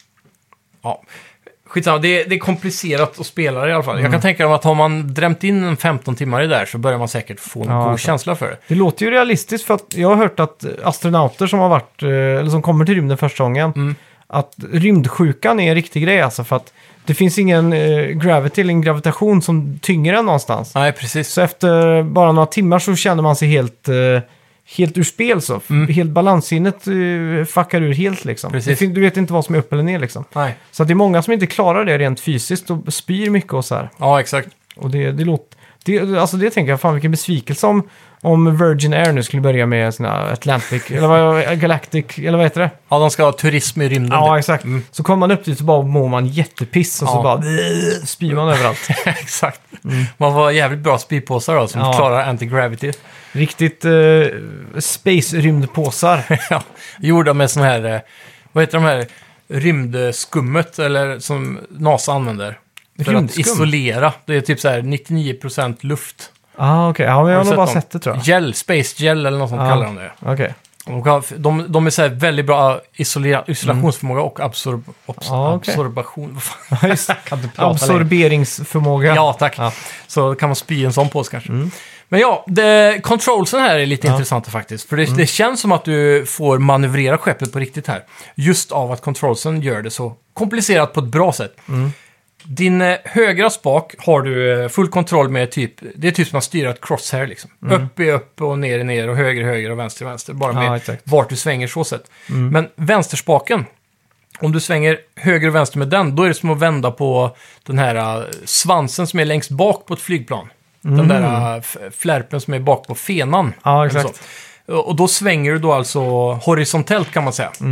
Speaker 2: ja, skitsamma. Det, är- det är komplicerat att spela det i alla fall.
Speaker 1: Mm.
Speaker 2: Jag kan tänka mig att har man drämt in en femton timmar i där så börjar man säkert få en
Speaker 1: Ja,
Speaker 2: god
Speaker 1: exakt.
Speaker 2: känsla för det.
Speaker 1: Det låter ju realistiskt för att jag har hört att astronauter som har varit, eh, eller som kommer till rymden första gången,
Speaker 2: Mm.
Speaker 1: att rymdsjukan är en riktig grej alltså för att det finns ingen eh, gravity eller en gravitation som tynger en någonstans.
Speaker 2: Nej, precis.
Speaker 1: Så efter bara några timmar så känner man sig helt, eh, helt ur spel så.
Speaker 2: Mm.
Speaker 1: Helt balanssinnet uh, fuckar ur helt liksom.
Speaker 2: Precis.
Speaker 1: Det fin- du vet inte vad som är upp eller ner liksom.
Speaker 2: Nej.
Speaker 1: Så att det är många som inte klarar det rent fysiskt och spyr mycket och så här.
Speaker 2: Ja, exakt.
Speaker 1: Och det, det låter... Det, alltså det tänker jag, fan vilken besvikelse om, om Virgin Air nu skulle börja med sina Atlantic, eller vad, Galactic, eller vad heter det?
Speaker 2: Ja, de ska ha turism i rymden.
Speaker 1: Ja,
Speaker 2: typ.
Speaker 1: exakt.
Speaker 2: Mm.
Speaker 1: Så kommer man upp dit och bara mår man jättepiss och så
Speaker 2: Ja.
Speaker 1: bara spyr man överallt.
Speaker 2: Exakt. Man får jävligt bra spypåsar då, som
Speaker 1: Ja.
Speaker 2: klarar anti-gravity.
Speaker 1: Riktigt eh, space-rymdpåsar.
Speaker 2: Ja, gjorda med sån här, eh, vad heter de här, rymdskummet, eller som NASA använder. För att
Speaker 1: Rymdskum?
Speaker 2: isolera. Det är typ så här nittionio procent luft.
Speaker 1: Ah, okej. Ja, men jag har
Speaker 2: du
Speaker 1: nog bara
Speaker 2: dem?
Speaker 1: sett det tror jag.
Speaker 2: Gel, space gel eller något sånt
Speaker 1: Ja.
Speaker 2: kallar de det.
Speaker 1: Okej.
Speaker 2: De, kan, de, de är så här väldigt bra isolera, isolationsförmåga och absorb, obs,
Speaker 1: Ja, okej.
Speaker 2: absorbation. Vad fan?
Speaker 1: Ja, just
Speaker 2: Jag kan inte prata längre.
Speaker 1: Absorberingsförmåga.
Speaker 2: Ja, tack.
Speaker 1: Ja.
Speaker 2: Så kan man spy en sån på sig kanske.
Speaker 1: Mm.
Speaker 2: Men ja, det, controlsen här är lite
Speaker 1: Ja.
Speaker 2: intressanta faktiskt. För det, det känns som att du får manövrera skeppet på riktigt här. Just av att controlsen gör det så komplicerat på ett bra sätt.
Speaker 1: Mm.
Speaker 2: Din eh, högra spak har du eh, full kontroll med typ, det är typ som att styra ett crosshair liksom.
Speaker 1: Mm.
Speaker 2: Upp är upp och ner är ner och höger är höger och vänster är vänster. Bara med
Speaker 1: Ja, exakt.
Speaker 2: vart du svänger så sätt.
Speaker 1: Mm.
Speaker 2: Men vänsterspaken, om du svänger höger och vänster med den, då är det som att vända på den här uh, svansen som är längst bak på ett flygplan. Den
Speaker 1: Mm.
Speaker 2: där uh, f- flärpen som är bak på fenan.
Speaker 1: Ja,
Speaker 2: eller
Speaker 1: exakt.
Speaker 2: så. Och då svänger du då alltså horisontellt kan man säga.
Speaker 1: Mm.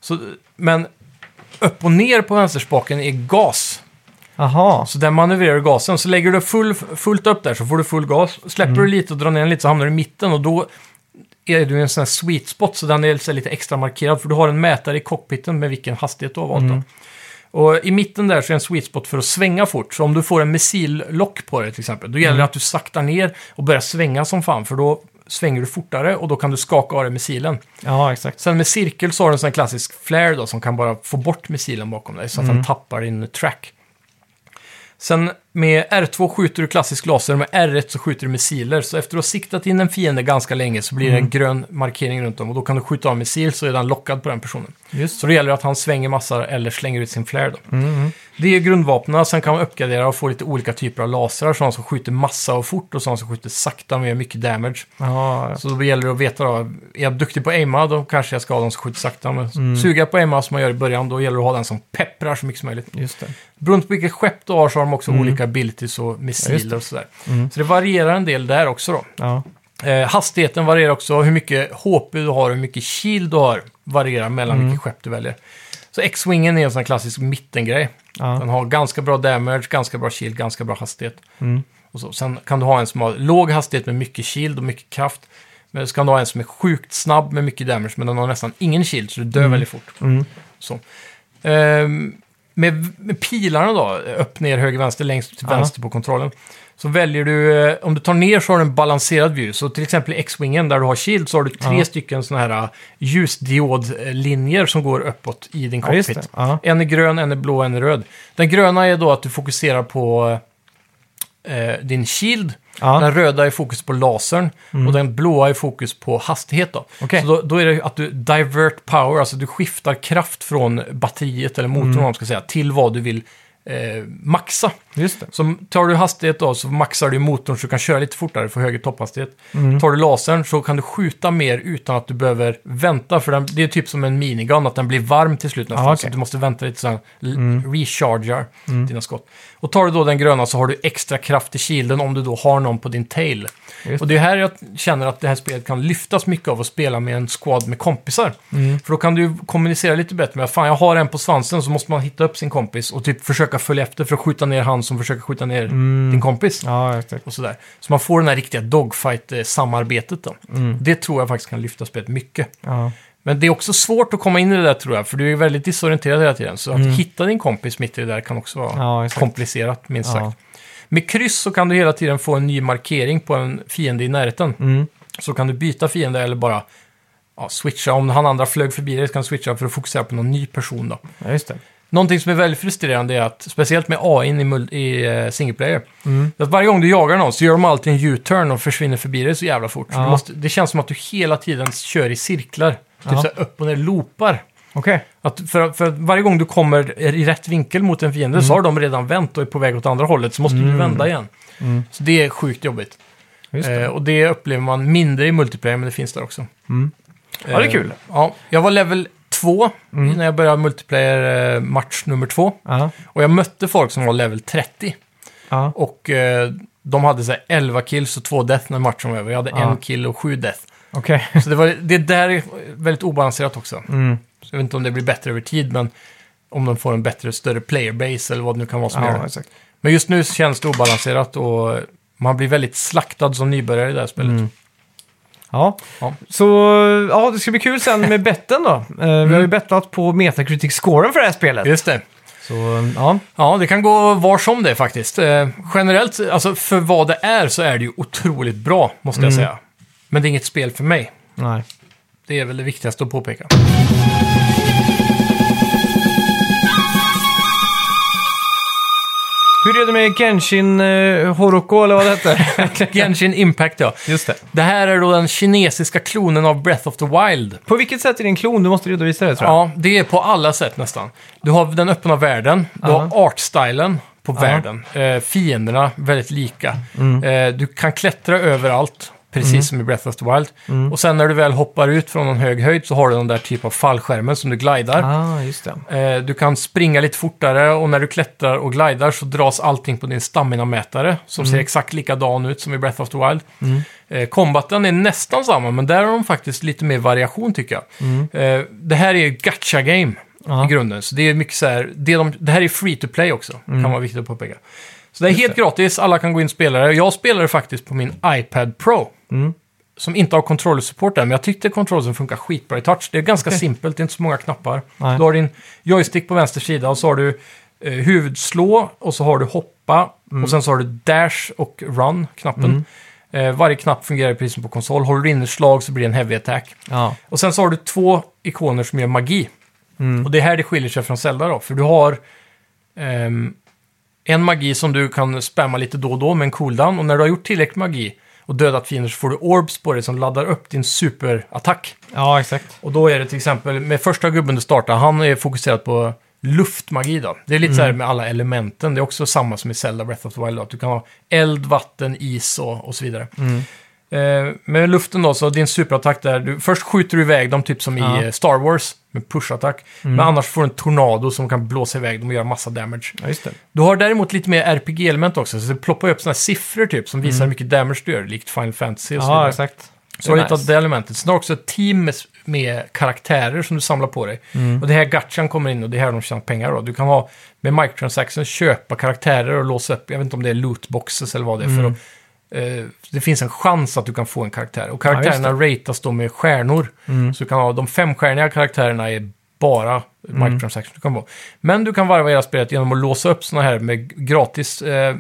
Speaker 2: Så, men upp och ner på vänsterspaken är gas.
Speaker 1: Aha.
Speaker 2: Så där manövrerar du gasen. Så lägger du full, fullt upp där så får du full gas. Släpper
Speaker 1: Mm.
Speaker 2: du lite och drar ner den lite så hamnar du i mitten. Och då är du i en sån här sweet spot. Så den är så lite extra markerad. För du har en mätare i cockpiten med vilken hastighet du har valt.
Speaker 1: Mm.
Speaker 2: Då. Och i mitten där så är en sweet spot för att svänga fort. Så om du får en missillock på dig till exempel. Då gäller det
Speaker 1: Mm.
Speaker 2: att du saktar ner och börjar svänga som fan. För då svänger du fortare och då kan du skaka av dig missilen.
Speaker 1: Ja, exakt.
Speaker 2: Sen med cirkel så har du en sån här klassisk flare då, som kan bara få bort missilen bakom dig så att
Speaker 1: Mm.
Speaker 2: den tappar din track. Sen med R två skjuter du klassisk laser, med R ett så skjuter du missiler. Så efter att ha siktat in en fiende ganska länge så blir det en
Speaker 1: Mm.
Speaker 2: grön markering runt om. Och då kan du skjuta av missil så är den lockad på den personen.
Speaker 1: Just.
Speaker 2: Så det gäller att han svänger massa eller slänger ut sin flare då.
Speaker 1: Mm.
Speaker 2: Det är grundvapnen, sen kan man uppgradera och få lite olika typer av lasrar. Sådana som skjuter massa och fort och sådana som skjuter sakta med mycket damage.
Speaker 1: Ja,
Speaker 2: Så då gäller det att veta då, är jag duktig på aima då kanske jag ska ha de som skjuter sakta. Men
Speaker 1: Mm.
Speaker 2: suga på aima som man gör i början, då gäller det att ha den som pepprar så mycket som möjligt.
Speaker 1: just det.
Speaker 2: Beroende på vilket skepp du har så har de också
Speaker 1: Mm.
Speaker 2: olika abilities och
Speaker 1: Ja, just
Speaker 2: missiler
Speaker 1: det.
Speaker 2: och sådär.
Speaker 1: Mm.
Speaker 2: Så det varierar en del där också då.
Speaker 1: Ja.
Speaker 2: Eh, hastigheten varierar också, hur mycket H P du har, hur mycket shield du har varierar mellan
Speaker 1: Mm.
Speaker 2: vilket skepp du väljer. Så X-Wingen är en sån här klassisk mittengrej. Den
Speaker 1: Ja.
Speaker 2: har ganska bra damage, ganska bra shield, ganska bra hastighet.
Speaker 1: Mm.
Speaker 2: Och så. Sen kan du ha en som har låg hastighet med mycket shield och mycket kraft. Men så kan du ha en som är sjukt snabb med mycket damage, men den har nästan ingen shield, så du dör
Speaker 1: Mm.
Speaker 2: väldigt fort.
Speaker 1: Mm.
Speaker 2: Så. Ehm, med, med pilarna då, upp, ner, höger, vänster, längst till
Speaker 1: Ja.
Speaker 2: vänster på kontrollen. Så väljer du, eh, om du tar ner så har du en balanserad view. Så till exempel i X-Wingen där du har shield så har du tre
Speaker 1: Ja.
Speaker 2: stycken sådana här ljusdiodlinjer som går uppåt i din
Speaker 1: Ja, just
Speaker 2: cockpit.
Speaker 1: det. Ja.
Speaker 2: En är grön, en är blå, en är röd. Den gröna är då att du fokuserar på eh, din shield.
Speaker 1: Ja.
Speaker 2: Den röda är fokus på lasern och den blåa är fokus på hastighet. Då.
Speaker 1: Okej.
Speaker 2: Så då, då är det att du divert power, alltså du skiftar kraft från batteriet eller motorn om man ska säga, till vad du vill eh, maxa.
Speaker 1: Just det.
Speaker 2: Så tar du hastighet då så maxar du motorn så du kan köra lite fortare för högre topphastighet.
Speaker 1: Mm.
Speaker 2: Tar du lasern så kan du skjuta mer utan att du behöver vänta, för den, det är typ som en minigun, att den blir varm till slut nästan.
Speaker 1: Ah, okej.
Speaker 2: Så du måste vänta lite så den
Speaker 1: Mm.
Speaker 2: rechargar dina skott. Och tar du då den gröna så har du extra kraft i shielden om du då har någon på din tail.
Speaker 1: Just
Speaker 2: Och det är här jag känner att det här spelet kan lyftas mycket av att spela med en squad med kompisar.
Speaker 1: Mm.
Speaker 2: För då kan du ju kommunicera lite bättre med att fan, jag har en på svansen, så måste man hitta upp sin kompis och typ försöka följa efter för att skjuta ner han som försöker skjuta ner din kompis.
Speaker 1: Mm. Ja, exakt.
Speaker 2: Och sådär. Så man får den här riktiga dogfight-samarbetet då.
Speaker 1: Mm.
Speaker 2: Det tror jag faktiskt kan lyfta spelet mycket.
Speaker 1: Ja.
Speaker 2: Men det är också svårt att komma in i det där tror jag, för du är väldigt disorienterad hela tiden. Så
Speaker 1: Mm.
Speaker 2: att hitta din kompis mitt i det där kan också vara
Speaker 1: Ja, exakt.
Speaker 2: komplicerat, minst
Speaker 1: Ja.
Speaker 2: sagt. Med kryss så kan du hela tiden få en ny markering på en fiende i närheten.
Speaker 1: Mm.
Speaker 2: Så kan du byta fiende eller bara ja, switcha. Om han andra flög förbi dig så kan du switcha för att fokusera på någon ny person då.
Speaker 1: Ja, just det.
Speaker 2: Någonting som är väldigt frustrerande är att, speciellt med A I i, mul- i uh, single player,
Speaker 1: Mm.
Speaker 2: att varje gång du jagar någon så gör de alltid en U-turn och försvinner förbi dig så jävla fort. Så
Speaker 1: Ja.
Speaker 2: du måste, det känns som att du hela tiden kör i cirklar. Typ
Speaker 1: Ja.
Speaker 2: så här upp och ner loopar.
Speaker 1: Okej.
Speaker 2: Att för, för varje gång du kommer i rätt vinkel mot en fiende så har de redan vänt och är på väg åt andra hållet, så måste du vända igen.
Speaker 1: Mm.
Speaker 2: Så det är sjukt jobbigt.
Speaker 1: Just det.
Speaker 2: Eh, och det upplever man mindre i multiplayer, men det finns där också.
Speaker 1: Mm. Ja, det är
Speaker 2: Eh,
Speaker 1: kul.
Speaker 2: Ja, jag var level två
Speaker 1: Mm.
Speaker 2: när jag började multiplayer eh, match nummer två.
Speaker 1: Ja.
Speaker 2: Och jag mötte folk som var level trettio.
Speaker 1: Ja.
Speaker 2: Och eh, de hade så här elva kills och två death när matchen var över. Jag hade
Speaker 1: Ja.
Speaker 2: en kill och sju death.
Speaker 1: Okej.
Speaker 2: Så det, var, det där är väldigt obalanserat också.
Speaker 1: Mm.
Speaker 2: Så jag vet inte om det blir bättre över tid, men om de får en bättre, större playerbase eller vad det nu kan vara som gör
Speaker 1: Ja,
Speaker 2: det.
Speaker 1: exakt.
Speaker 2: Men just nu känns det obalanserat och man blir väldigt slaktad som nybörjare i det här spelet.
Speaker 1: Mm. Ja.
Speaker 2: Ja.
Speaker 1: Så ja, det ska bli kul sen med betten då. Eh, Vi har ju bettat på Metacritic-scoren för det här spelet.
Speaker 2: Just det.
Speaker 1: Så ja.
Speaker 2: Ja, det kan gå var som det faktiskt. Eh, generellt, alltså för vad det är så är det ju otroligt bra, måste jag
Speaker 1: Mm.
Speaker 2: säga. Men det är inget spel för mig.
Speaker 1: Nej.
Speaker 2: Det är väl det viktigaste att påpeka.
Speaker 1: Hur är det med Genshin uh, Horoko eller vad det heter?
Speaker 2: Genshin Impact, ja.
Speaker 1: Just det.
Speaker 2: Det här är då den kinesiska klonen av Breath of the Wild.
Speaker 1: På vilket sätt är det en klon? Du måste redovisa det tror jag.
Speaker 2: Ja, det är på alla sätt nästan. Du har den öppna världen, du
Speaker 1: Ja.
Speaker 2: har artstylen på
Speaker 1: Ja.
Speaker 2: världen, eh, fienderna väldigt lika.
Speaker 1: Mm.
Speaker 2: Eh, du kan klättra överallt. precis
Speaker 1: Mm.
Speaker 2: som i Breath of the Wild. Och sen när du väl hoppar ut från en hög höjd så har du den där typ av fallskärmen som du glidar.
Speaker 1: Ah, just det.
Speaker 2: Eh, du kan springa lite fortare och när du klättrar och glidar så dras allting på din stamina-mätare som ser exakt likadan ut som i Breath of the Wild.
Speaker 1: Mm.
Speaker 2: Eh, combaten är nästan samma, men där har de faktiskt lite mer variation tycker jag.
Speaker 1: Mm.
Speaker 2: Eh, det här är ju gacha-game
Speaker 1: Ja.
Speaker 2: i grunden, så det är mycket så här, det, de, det här är free to play också,
Speaker 1: Mm.
Speaker 2: kan vara viktigt att påpeka. Så det är helt gratis, alla kan gå in och spela det. Jag spelar det faktiskt på min iPad Pro.
Speaker 1: Mm.
Speaker 2: Som inte har controller-support där, men jag tyckte kontrollen funkar skitbra i touch. Det är ganska
Speaker 1: Okej.
Speaker 2: simpelt, det är inte så många knappar.
Speaker 1: Nej.
Speaker 2: Du har din joystick på vänster sida och så har du eh, huvudslå och så har du hoppa
Speaker 1: Mm.
Speaker 2: och sen så har du dash och run-knappen. Eh, varje knapp fungerar precis som på konsol. Håller du in ett slag så blir det en heavy attack.
Speaker 1: Ja.
Speaker 2: Och sen så har du två ikoner som gör magi.
Speaker 1: Mm.
Speaker 2: Och det är här det skiljer sig från Zelda då, för du har ehm, en magi som du kan spamma lite då och då med en cooldown. Och när du har gjort tillräckligt magi och dödat fiender så får du orbs på dig som laddar upp din superattack.
Speaker 1: Ja, exakt.
Speaker 2: Och då är det till exempel, med första gubben du startar, han är fokuserad på luftmagi då. Det är lite så här med alla elementen. Det är också samma som i Zelda Breath of the Wild då. Att du kan ha eld, vatten, is och, och så vidare.
Speaker 1: Mm.
Speaker 2: Eh, med luften då, så din superattack där, du, först skjuter du iväg dem typ som
Speaker 1: Ja.
Speaker 2: i eh, Star Wars med pushattack. Men annars får du en tornado som kan blåsa iväg dem och göra massa damage.
Speaker 1: Ja, just det.
Speaker 2: Du har däremot lite mer R P G-element också, så det ploppar upp såna här siffror typ som visar hur mycket damage du gör, likt Final Fantasy och så
Speaker 1: Ja,
Speaker 2: vidare.
Speaker 1: exakt.
Speaker 2: Så har du
Speaker 1: Det är
Speaker 2: hittat det elementet. Sen har du också ett team med, med karaktärer som du samlar på dig.
Speaker 1: Mm.
Speaker 2: Och det här gachan kommer in och det är här de tjänar pengar då. Du kan ha med microtransactions köpa karaktärer och låsa upp, jag vet inte om det är lootboxes eller vad det är.
Speaker 1: Mm.
Speaker 2: För att, eh, det finns en chans att du kan få en karaktär. Och karaktärerna
Speaker 1: Ja,
Speaker 2: ratas då med stjärnor.
Speaker 1: Mm.
Speaker 2: Så du kan ha de femstjärniga karaktärerna är bara microtransactions du kan få. Men du kan varva hela spelet genom att låsa upp såna här med gratis eh,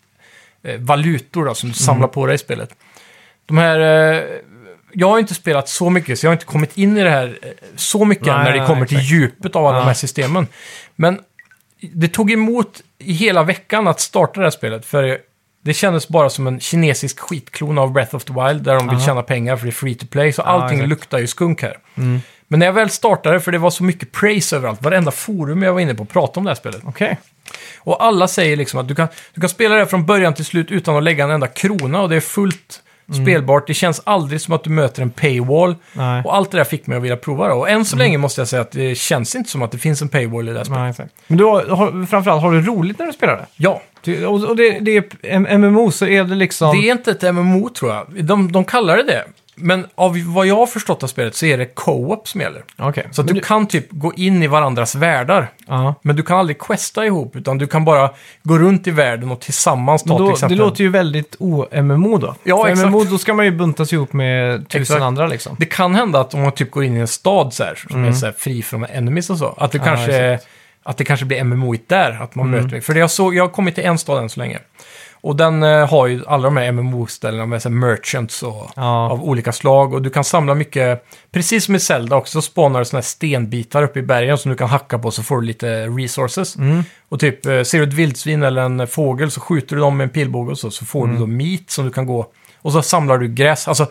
Speaker 2: eh, valutor då, som du samlar på dig i spelet. De här... Eh, jag har inte spelat så mycket, så jag har inte kommit in i det här eh, så mycket
Speaker 1: Nej,
Speaker 2: när det
Speaker 1: nej,
Speaker 2: kommer till
Speaker 1: exakt.
Speaker 2: djupet av alla
Speaker 1: Ja.
Speaker 2: de här systemen. Men det tog emot i hela veckan att starta det här spelet, för det kändes bara som en kinesisk skitklon av Breath of the Wild, där de vill
Speaker 1: Aha.
Speaker 2: tjäna pengar för det är free to play, så
Speaker 1: Ja,
Speaker 2: allting
Speaker 1: exakt.
Speaker 2: luktar ju skunk här.
Speaker 1: Mm.
Speaker 2: Men när jag väl startade, för det var så mycket praise överallt, varenda forum jag var inne på pratade om det här spelet.
Speaker 1: Okej.
Speaker 2: Och alla säger liksom att du kan, du kan spela det här från början till slut utan att lägga en enda krona, och det är fullt spelbart. Det känns aldrig som att du möter en paywall.
Speaker 1: Nej.
Speaker 2: Och allt det där fick mig att vilja prova det. Och än så länge måste jag säga att det känns inte som att det finns en paywall i det här spelet.
Speaker 1: Nej, exakt. Men du har, har, framförallt, har du roligt när du spelar det?
Speaker 2: Ja,
Speaker 1: Du, och och det, det är M M O, så är det liksom...
Speaker 2: det är inte ett M M O tror jag. De, de kallar det det. Men av vad jag har förstått av spelet så är det co-op som gäller.
Speaker 1: Okej.
Speaker 2: Så att
Speaker 1: Men
Speaker 2: du kan typ gå in i varandras världar.
Speaker 1: Ja.
Speaker 2: Men du kan aldrig questa ihop, utan du kan bara gå runt i världen och tillsammans ta
Speaker 1: Men
Speaker 2: till
Speaker 1: då,
Speaker 2: exempel...
Speaker 1: det låter ju väldigt o-M M O då.
Speaker 2: Ja,
Speaker 1: För
Speaker 2: exakt.
Speaker 1: M M O, då ska man ju buntas ihop med tusen
Speaker 2: Exakt.
Speaker 1: andra liksom.
Speaker 2: Det kan hända att om man typ går in i en stad så här, som
Speaker 1: Mm.
Speaker 2: är så här fri från enemies och så, att det,
Speaker 1: Ja,
Speaker 2: kanske, att det kanske blir M M O-igt där, att man
Speaker 1: Mm.
Speaker 2: möter. För det jag, såg, jag har kommit till en stad än så länge. Och den eh, har ju alla de här M M O-ställena med så här merchants och,
Speaker 1: Ja.
Speaker 2: av olika slag. Och du kan samla mycket, precis som i Zelda också, spawnar du såna här stenbitar uppe i bergen som du kan hacka på, så får du lite resources.
Speaker 1: Mm.
Speaker 2: Och typ, eh, ser du ett vildsvin eller en fågel så skjuter du dem med en pilbåge och så, så får
Speaker 1: Mm.
Speaker 2: du då meat som du kan gå. Och så samlar du gräs. Alltså,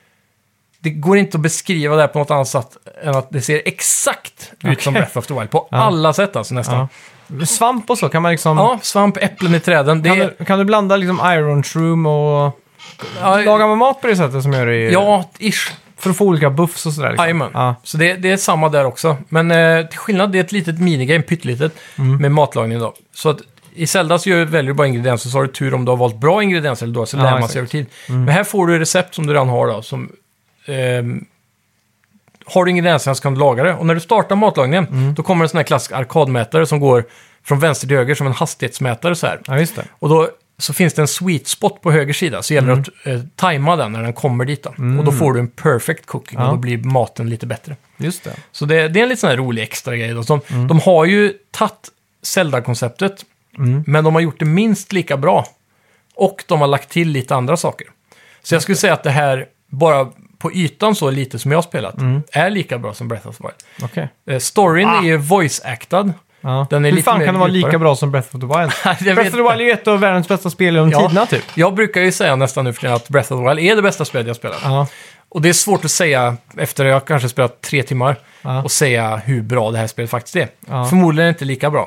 Speaker 2: det går inte att beskriva det här på något annat sätt än att det ser exakt ut som
Speaker 1: Okej.
Speaker 2: Breath of the Wild. På
Speaker 1: Ja.
Speaker 2: alla sätt alltså nästan.
Speaker 1: Ja. Svamp och så, kan man liksom...
Speaker 2: Ja, svamp, äpplen i träden. Det
Speaker 1: Kan,
Speaker 2: är,
Speaker 1: du, kan du blanda liksom Iron Shroom och...
Speaker 2: ja,
Speaker 1: Lagar man mat på det sättet som gör det i...
Speaker 2: ja, ish.
Speaker 1: För att få olika buffs och sådär liksom.
Speaker 2: Jajamän.
Speaker 1: Ja.
Speaker 2: Så det, det är samma där också. Men eh, till skillnad, det är ett litet minigame, pyttelitet,
Speaker 1: Mm.
Speaker 2: med matlagning då. Så att i Zelda så gör, väljer du bara ingredienser, så har du tur om du har valt bra ingredienser eller då, så
Speaker 1: Ja,
Speaker 2: lär man
Speaker 1: exakt.
Speaker 2: sig över tid. Men här får du recept som du redan har då, som... ehm, har du ingredienserna så kan du laga det. Och när du startar matlagningen,
Speaker 1: Mm.
Speaker 2: då kommer en sån här klassisk arkadmätare som går från vänster till höger som en hastighetsmätare så här.
Speaker 1: Ja, just det.
Speaker 2: Och då så finns det en sweet spot på höger sida, så gäller det
Speaker 1: Mm.
Speaker 2: att eh, tajma den när den kommer dit. Då. Och då får du en perfect cooking
Speaker 1: Ja.
Speaker 2: och då blir maten lite bättre.
Speaker 1: Just det.
Speaker 2: Så det, det är en lite sån här rolig extra grej. Då. Som,
Speaker 1: Mm.
Speaker 2: De har ju tagit Zelda-konceptet,
Speaker 1: Mm.
Speaker 2: men de har gjort det minst lika bra. Och de har lagt till lite andra saker. Så jag skulle säga att det här, bara på ytan så lite som jag har spelat,
Speaker 1: Mm.
Speaker 2: är lika bra som Breath of the Wild.
Speaker 1: Okej.
Speaker 2: Eh, storyn
Speaker 1: Ah.
Speaker 2: är ju voice-actad.
Speaker 1: Ja.
Speaker 2: Den är
Speaker 1: Hur
Speaker 2: lite
Speaker 1: fan
Speaker 2: mer
Speaker 1: kan det vara
Speaker 2: djupare.
Speaker 1: lika bra som Breath of the Wild?
Speaker 2: Jag
Speaker 1: Breath
Speaker 2: vet
Speaker 1: of the Wild är ju ett av världens bästa spel genom
Speaker 2: Ja.
Speaker 1: tiderna typ.
Speaker 2: Jag brukar ju säga nästan nu för tiden att Breath of the Wild är det bästa spelet jag spelat.
Speaker 1: Ja.
Speaker 2: Och det är svårt att säga efter att jag kanske spelat tre timmar
Speaker 1: Ja.
Speaker 2: och säga hur bra det här spelet faktiskt är.
Speaker 1: Ja.
Speaker 2: Förmodligen inte lika bra.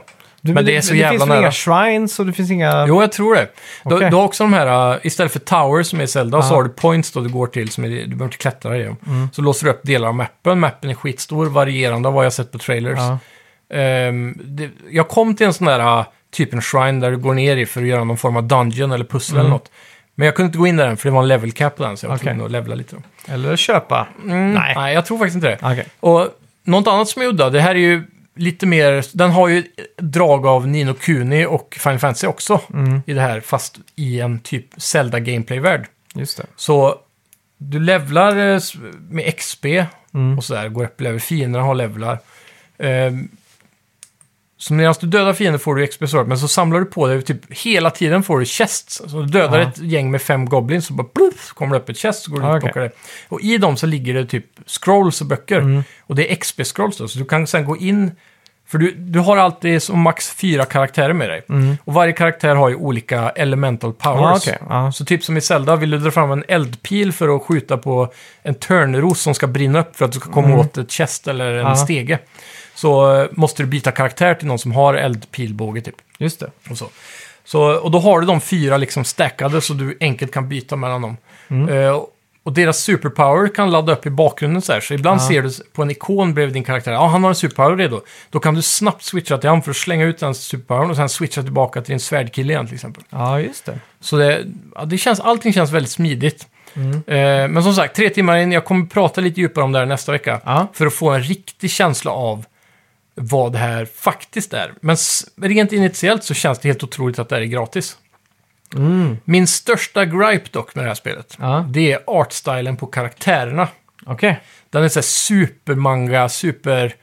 Speaker 1: Du,
Speaker 2: Men det är så
Speaker 1: det
Speaker 2: jävla
Speaker 1: finns väl
Speaker 2: nära.
Speaker 1: inga shrines och det finns inga...
Speaker 2: Jo, jag tror det. Du,
Speaker 1: Okej.
Speaker 2: du har också de här, uh, istället för towers som är i Zelda, så
Speaker 1: Ja.
Speaker 2: har du points då du går till, som är, du behöver inte klättra i dem.
Speaker 1: Mm.
Speaker 2: Så låser du upp delar av mappen. Mappen är skitstor, varierande av vad jag sett på trailers.
Speaker 1: Ja.
Speaker 2: Ehm, det, jag kom till en sån där uh, typ en shrine där du går ner i för att göra någon form av dungeon eller pussel
Speaker 1: Mm.
Speaker 2: eller något. Men jag kunde inte gå in där än för det var en level cap på den, så jag var
Speaker 1: Okej.
Speaker 2: tvungen att levela lite. Då.
Speaker 1: Eller köpa.
Speaker 2: Mm,
Speaker 1: Nej.
Speaker 2: nej, jag tror faktiskt inte det.
Speaker 1: Okej.
Speaker 2: Och något annat som är udda, det här är ju lite mer, den har ju drag av Ni no Kuni och Final Fantasy också
Speaker 1: Mm.
Speaker 2: i det här, fast i en typ Zelda-gameplay-värld.
Speaker 1: Just det.
Speaker 2: Så du levlar eh, s- med X P
Speaker 1: Mm.
Speaker 2: och sådär, går upp level, fienderna har levlar. Ehm, så medan du dödar fiender får du X P sword, men så samlar du på dig, typ hela tiden får du chests. Så du dödar
Speaker 1: Ja.
Speaker 2: ett gäng med fem goblins, så bara pluff, kommer det upp ett chest, så går du
Speaker 1: Ah,
Speaker 2: ut och
Speaker 1: okej.
Speaker 2: plockar det. Och i dem så ligger det typ scrolls och böcker.
Speaker 1: Mm.
Speaker 2: Och det är X P-scrolls då, så du kan sen gå in, för du, du har alltid som max fyra karaktärer med dig.
Speaker 1: Mm.
Speaker 2: Och varje karaktär har ju olika elemental powers.
Speaker 1: Ja, okej. Ja.
Speaker 2: Så typ som i Zelda, vill du dra fram en eldpil för att skjuta på en törnros som ska brinna upp för att du ska komma
Speaker 1: Mm.
Speaker 2: åt ett chest eller en
Speaker 1: Ja.
Speaker 2: stege. Så eh, måste du byta karaktär till någon som har eldpilbåge typ.
Speaker 1: Just det.
Speaker 2: Och, så. Så, och då har du de fyra liksom stackade så du enkelt kan byta mellan dem.
Speaker 1: Mm.
Speaker 2: Eh, och deras superpower kan ladda upp i bakgrunden så här. Så ibland
Speaker 1: Ja.
Speaker 2: ser du på en ikon bredvid din karaktär, ja han har en superpower redo. Då kan du snabbt switcha till honom för att slänga ut den superpowern och sen switcha tillbaka till din svärdkille igen till exempel.
Speaker 1: Ja, just det.
Speaker 2: Så det, ja, det känns, allting känns väldigt smidigt.
Speaker 1: Mm.
Speaker 2: Eh, men som sagt, tre timmar in, jag kommer prata lite djupare om det här nästa vecka.
Speaker 1: Ja.
Speaker 2: För att få en riktig känsla av vad det här faktiskt är. Men s- rent initiellt så känns det helt otroligt att det här är gratis.
Speaker 1: Mm.
Speaker 2: Min största gripe dock med det här spelet,
Speaker 1: Ja.
Speaker 2: det är artstylen på karaktärerna.
Speaker 1: Okej.
Speaker 2: Den är så här supermanga, super...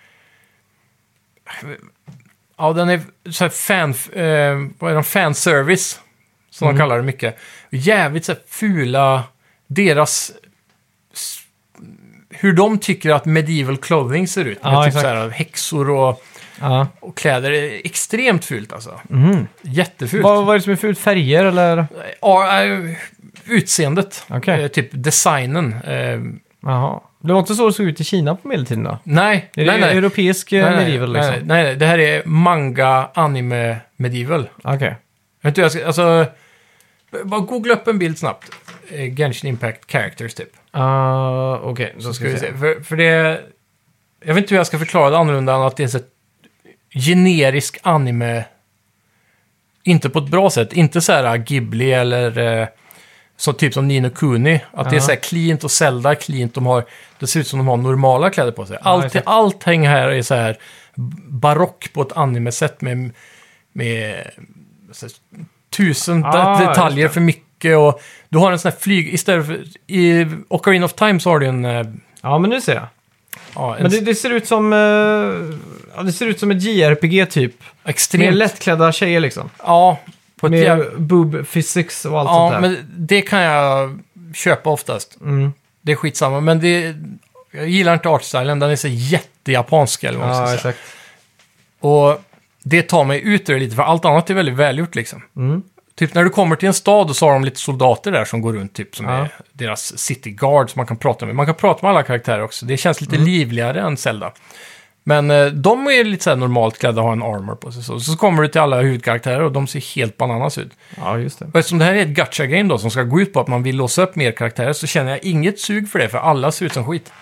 Speaker 2: Ja, den är så här fan... Eh, vad är det? Fanservice, som
Speaker 1: Mm.
Speaker 2: de kallar det mycket. Jävligt så här fula... Deras... s- Hur de tycker att medieval clothing ser ut. Med
Speaker 1: Ja,
Speaker 2: typ så
Speaker 1: exakt.
Speaker 2: här häxor och,
Speaker 1: Ja.
Speaker 2: och kläder. är extremt fult alltså.
Speaker 1: Mm.
Speaker 2: Jättefult.
Speaker 1: Vad, vad är det som är fult? Färger eller?
Speaker 2: Ja, eh, utseendet.
Speaker 1: Okej.
Speaker 2: Eh, typ designen. Eh,
Speaker 1: Jaha. Det var inte så det såg ut i Kina på medeltiden då?
Speaker 2: nej,
Speaker 1: Är
Speaker 2: nej,
Speaker 1: det
Speaker 2: nej.
Speaker 1: europeisk eh,
Speaker 2: Nej, nej,
Speaker 1: medieval
Speaker 2: nej,
Speaker 1: liksom?
Speaker 2: nej, nej, det här är manga, anime, medieval.
Speaker 1: Okej.
Speaker 2: Jag vet inte, jag ska, alltså, bara googla upp en bild snabbt. Eh, Genshin Impact Characters typ.
Speaker 1: Uh, Okej, då
Speaker 2: Så ska vi se. För, för det, jag vet inte hur jag ska förklara det annorlunda än att det är så ett generisk anime. Inte på ett bra sätt. Inte så här Ghibli eller eh, så typ som Ni no Kuni. Att det är
Speaker 1: Ja.
Speaker 2: så här cleant och Zelda cleant. De har, det ser ut som de har normala kläder på sig. Allt,
Speaker 1: exakt.
Speaker 2: allting här är så här barock på ett anime-sätt med, med så här, tusen
Speaker 1: Ah,
Speaker 2: de-
Speaker 1: just
Speaker 2: detaljer
Speaker 1: det.
Speaker 2: för mycket. Och du har en sån här flyg, istället för, i Ocarina of Time så har du en... eh,
Speaker 1: Ja, men nu ser jag.
Speaker 2: Ja, en
Speaker 1: Men det, det ser ut som... eh, ja, det ser ut som ett J R P G typ. Med
Speaker 2: extremt...
Speaker 1: lättklädda tjejer liksom.
Speaker 2: Ja, på ett jävla...
Speaker 1: Med boob physics och allt
Speaker 2: Ja,
Speaker 1: sånt där.
Speaker 2: men det kan jag köpa oftast.
Speaker 1: Mm.
Speaker 2: Det är skitsamma, men det... Jag gillar inte artstylen, den är så jättejapansk eller vad man ska
Speaker 1: Ja,
Speaker 2: säga.
Speaker 1: exakt.
Speaker 2: Och det tar mig ut ur det lite, för allt annat är väldigt välgjort liksom.
Speaker 1: Mm.
Speaker 2: Typ när du kommer till en stad och så har de lite soldater där som går runt, typ som
Speaker 1: Ja.
Speaker 2: är deras city guard som man kan prata med. Man kan prata med alla karaktärer också, det känns lite
Speaker 1: Mm.
Speaker 2: livligare än Zelda. Men eh, de är lite så här normalt klädda och har en armor på sig. Så, så kommer du till alla huvudkaraktärer och de ser helt bananas ut.
Speaker 1: Ja, just det.
Speaker 2: Och eftersom det här är ett gacha-game då som ska gå ut på att man vill låsa upp mer karaktärer så känner jag inget sug för det, för alla ser ut som skit.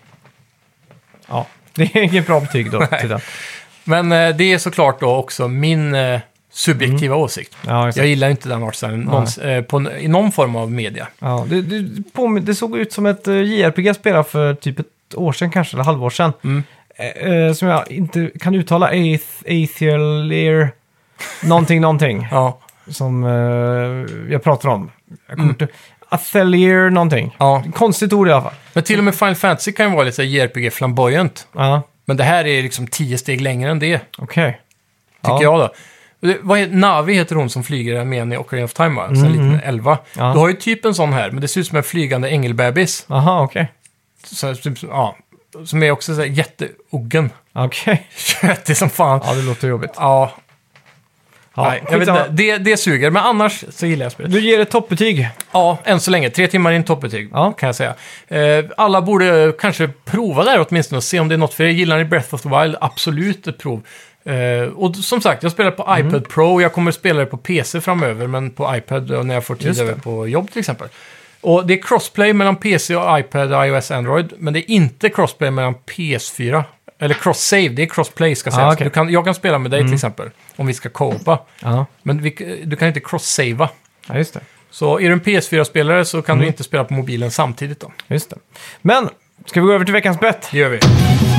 Speaker 1: Ja, det är inget bra betyg då. till den.
Speaker 2: Men eh, det är såklart då också min eh, subjektiva åsikt.
Speaker 1: Ja, exakt.
Speaker 2: Jag gillar inte den artstylen någons- eh, på, i någon form av media.
Speaker 1: Ja, det, det, på, det såg ut som ett eh, J R P G jag spelade för typ ett år sedan kanske, eller halvår sedan.
Speaker 2: Mm.
Speaker 1: Eh, eh, som jag inte kan uttala. Aeth- Aetherlear. Någonting, någonting.
Speaker 2: Ja,
Speaker 1: Som eh, jag pratar om. Jag kommer
Speaker 2: Mm.
Speaker 1: inte... Athelier någonting.
Speaker 2: ja.
Speaker 1: Konstigt ord i alla fall.
Speaker 2: Men till och med Final Fantasy kan ju vara lite så här J R P G flamboyant.
Speaker 1: Ja,
Speaker 2: Men det här är liksom tio steg längre än det,
Speaker 1: okej.
Speaker 2: tycker
Speaker 1: Ja.
Speaker 2: jag då. Och det- Vad är, Navi heter hon som flyger med en i Ocarina of Time, va? Så en
Speaker 1: Mm,
Speaker 2: liten
Speaker 1: mm.
Speaker 2: elva.
Speaker 1: Ja.
Speaker 2: Du har ju typ en sån här, men det ser ut som en flygande ängelbebis.
Speaker 1: Aha, okej.
Speaker 2: Så, typ, ja, som är också så här jätteuggen.
Speaker 1: Okej.
Speaker 2: Köttig som fan.
Speaker 1: Ja, det låter jobbigt.
Speaker 2: Ja,
Speaker 1: Ja,
Speaker 2: nej, jag vet
Speaker 1: skitsamma.
Speaker 2: inte. Det, det suger, men annars så gillar jag spelet.
Speaker 1: Du ger ett toppbetyg.
Speaker 2: Ja, än så länge. Tre timmar in toppbetyg,
Speaker 1: Ja.
Speaker 2: kan jag säga. Eh, alla borde kanske prova det här åtminstone och se om det är något för er. Gillar ni Breath of the Wild? Absolut ett prov. Eh, och som sagt, jag spelar på
Speaker 1: Mm.
Speaker 2: iPad Pro. Jag kommer spela det på P C framöver, men på iPad när jag får tid
Speaker 1: Just det.
Speaker 2: över på jobb till exempel. Och det är crossplay mellan P C och iPad, iOS, Android. Men det är inte crossplay mellan P S fyra. Eller cross-save, det är crossplay ska sägas.
Speaker 1: Ah, okej.
Speaker 2: Du kan, jag kan spela med dig till exempel, om vi ska co-opa.
Speaker 1: Ja,
Speaker 2: Men vi, du kan inte cross-savea.
Speaker 1: ja just det.
Speaker 2: Så är du en P S fyra-spelare så kan du inte spela på mobilen samtidigt då.
Speaker 1: Just det. Men, ska vi gå över till veckans bett?
Speaker 2: Det gör vi.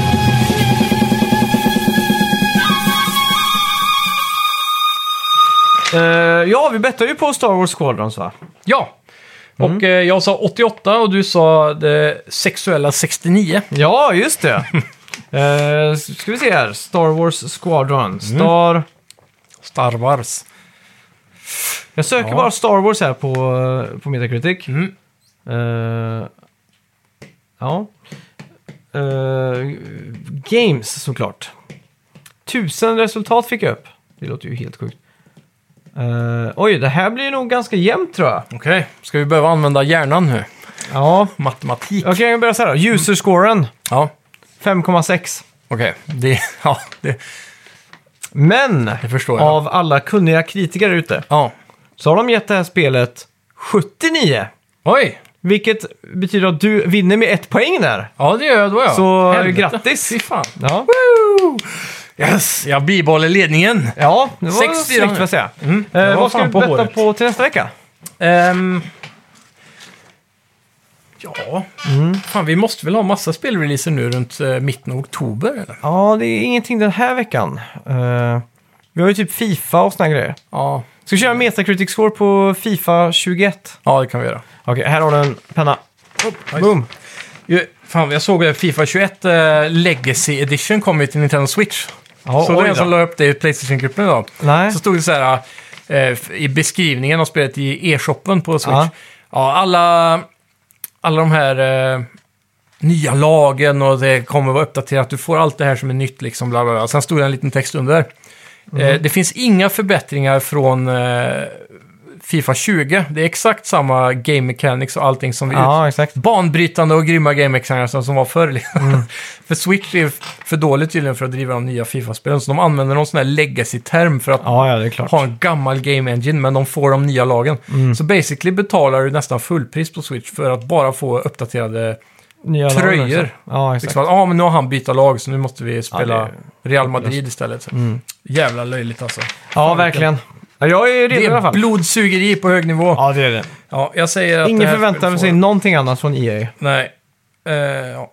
Speaker 1: Uh, ja, vi bettar ju på Star Wars Squadrons, va?
Speaker 2: Ja. Och eh, jag sa åttioåtta och du sa det sexuella sextionio.
Speaker 1: Ja, just det. uh, ska vi se här. Star Wars Squadron. Star...
Speaker 2: Star Wars.
Speaker 1: Jag söker
Speaker 2: Ja.
Speaker 1: bara Star Wars här på, på Metacritic.
Speaker 2: Mm.
Speaker 1: Uh, ja. Uh, games, såklart. Tusen resultat fick jag upp. Det låter ju helt sjukt. Uh, oj, det här blir nog ganska jämnt, tror jag.
Speaker 2: Okej, ska vi behöva använda hjärnan nu?
Speaker 1: Ja.
Speaker 2: Matematik.
Speaker 1: Okej, jag börjar så här då. User-scoren,
Speaker 2: Ja,
Speaker 1: fem komma sex.
Speaker 2: okej. Det, ja, det,
Speaker 1: Men
Speaker 2: det förstår jag.
Speaker 1: av alla kunniga kritiker ute
Speaker 2: Ja.
Speaker 1: så har de gett det här spelet sjuttionio.
Speaker 2: Oj!
Speaker 1: Vilket betyder att du vinner med ett poäng där.
Speaker 2: Ja, det gör jag då, ja.
Speaker 1: Så
Speaker 2: Helvete.
Speaker 1: grattis.
Speaker 2: Fy fan.
Speaker 1: Ja,
Speaker 2: Woo! Yes, jag bibehåller ledningen.
Speaker 1: ja det var
Speaker 2: Sex fyra
Speaker 1: snyggt
Speaker 2: nu.
Speaker 1: får jag säga.
Speaker 2: Mm,
Speaker 1: Eh,
Speaker 2: jag var
Speaker 1: vad ska
Speaker 2: fan
Speaker 1: vi
Speaker 2: på
Speaker 1: betta
Speaker 2: håret.
Speaker 1: på till nästa vecka?
Speaker 2: Ehm, ja, fan vi måste väl ha massa spelreleaser nu runt uh, mitten av oktober, eller?
Speaker 1: Ja, det är ingenting den här veckan. Eh, vi har ju typ FIFA och såna grejer.
Speaker 2: Ja.
Speaker 1: Ska vi köra Metacritic score på FIFA tjugoett?
Speaker 2: Ja, det kan vi göra.
Speaker 1: Okej, här har du en penna.
Speaker 2: nice.
Speaker 1: Boom.
Speaker 2: Ju, fan, jag såg att FIFA tjugoett uh, Legacy Edition kom ju till Nintendo Switch.
Speaker 1: Ja,
Speaker 2: så det
Speaker 1: oj
Speaker 2: är en
Speaker 1: då.
Speaker 2: som la upp det i PlayStation-gruppen idag.
Speaker 1: Nej.
Speaker 2: Så stod det så här eh, i beskrivningen av spelet i e-shoppen på Switch.
Speaker 1: Ja.
Speaker 2: Ja, alla, alla de här eh, nya lagen och det kommer vara uppdaterat. Du får allt det här som är nytt liksom. Bla bla bla. Sen stod det en liten text under.
Speaker 1: Mm.
Speaker 2: Eh, det finns inga förbättringar från eh, FIFA tjugo. Det är exakt samma game mechanics och allting som vi
Speaker 1: Ja, exakt.
Speaker 2: banbrytande och grymma game mechanics som var förr. Liksom.
Speaker 1: Mm.
Speaker 2: För Switch är för dåligt tydligen för att driva de nya FIFA-spelen. Så de använder någon sån här legacy-term för att
Speaker 1: Ja, ja, det är klart.
Speaker 2: ha en gammal game engine, men de får de nya lagen.
Speaker 1: Mm.
Speaker 2: Så basically betalar du nästan fullpris på Switch för att bara få uppdaterade
Speaker 1: Nya
Speaker 2: tröjor.
Speaker 1: lag också. Ja, exakt.
Speaker 2: liksom. Ja, men nu har han bytt lag så nu måste vi spela
Speaker 1: Ja,
Speaker 2: Real Madrid istället. Så.
Speaker 1: Mm.
Speaker 2: Jävla löjligt alltså.
Speaker 1: Ja, verkligen. Ja, jag är redo
Speaker 2: Det
Speaker 1: i alla
Speaker 2: är
Speaker 1: fall.
Speaker 2: blodsugeri på hög nivå. Ja,
Speaker 1: Ja, det är det.
Speaker 2: jag säger att
Speaker 1: Ingen
Speaker 2: det här
Speaker 1: förväntar
Speaker 2: spelet
Speaker 1: sig
Speaker 2: får-
Speaker 1: någonting annat från E A.
Speaker 2: Nej. Eh, ja.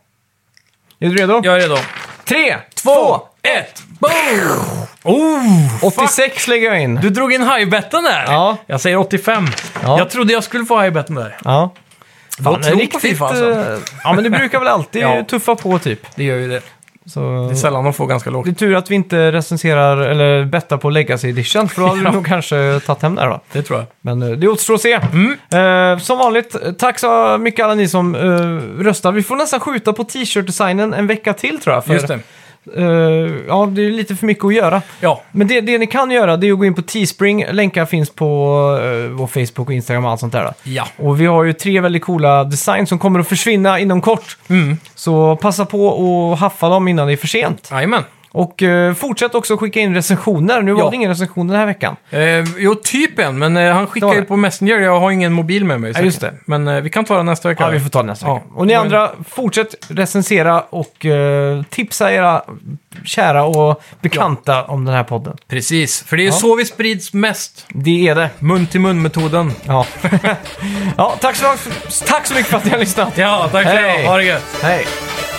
Speaker 1: Är du redo?
Speaker 2: Jag är redo.
Speaker 1: Tre, två,
Speaker 2: ett, boom! Oh,
Speaker 1: åttiosex lägger jag in.
Speaker 2: du drog in high-betten där.
Speaker 1: Ja.
Speaker 2: Jag säger åttiofem.
Speaker 1: Ja.
Speaker 2: Jag trodde jag skulle få high-betten där.
Speaker 1: Ja.
Speaker 2: Vad
Speaker 1: Fan,
Speaker 2: tror
Speaker 1: riktigt,
Speaker 2: på FIFA alltså?
Speaker 1: eh, Ja, men det brukar väl alltid
Speaker 2: Ja.
Speaker 1: tuffa på typ.
Speaker 2: Det gör ju det.
Speaker 1: Så...
Speaker 2: Det är sällan de får ganska lågt.
Speaker 1: Det är tur att vi inte recenserar eller bettar på Legacy Edition, för då hade vi
Speaker 2: Ja.
Speaker 1: nog kanske tagit hem det då.
Speaker 2: Det tror jag.
Speaker 1: Men eh, det återstår att se.
Speaker 2: Mm.
Speaker 1: Eh, som vanligt, eh, tack så mycket alla ni som eh, röstar. Vi får nästan skjuta på t-shirt-designen en vecka till tror jag. För,
Speaker 2: Just det.
Speaker 1: eh, ja, det är lite för mycket att göra.
Speaker 2: Ja.
Speaker 1: Men det, det ni kan göra, det är att gå in på Teespring. Länkar finns på uh, vår Facebook och Instagram och allt sånt där. Då.
Speaker 2: Ja.
Speaker 1: Och vi har ju tre väldigt coola design som kommer att försvinna inom kort.
Speaker 2: Mm.
Speaker 1: Så passa på att haffa dem innan det är för sent.
Speaker 2: Jajamän.
Speaker 1: Och eh, fortsätt också skicka in recensioner. Nu var
Speaker 2: Ja.
Speaker 1: det ingen recension den här veckan.
Speaker 2: Eh, jo, typ en, men eh, han skickar
Speaker 1: Det var
Speaker 2: ju
Speaker 1: det.
Speaker 2: på Messenger. Jag har ingen mobil med mig.
Speaker 1: Ja, just det.
Speaker 2: Men eh, vi kan ta den nästa vecka.
Speaker 1: Ja, vi får ta det nästa
Speaker 2: Ja.
Speaker 1: vecka. Och ni
Speaker 2: Men-
Speaker 1: andra, fortsätt recensera och eh, tipsa era kära och bekanta om den här podden.
Speaker 2: Precis, för det är ju
Speaker 1: Ja.
Speaker 2: så vi sprids mest.
Speaker 1: Det är det.
Speaker 2: Mun-till-mun-metoden.
Speaker 1: Ja, ja tack, så, tack så mycket för att ni har lyssnat.
Speaker 2: Ja, tack så
Speaker 1: Hej.
Speaker 2: mycket. Ha det gött.
Speaker 1: Hej!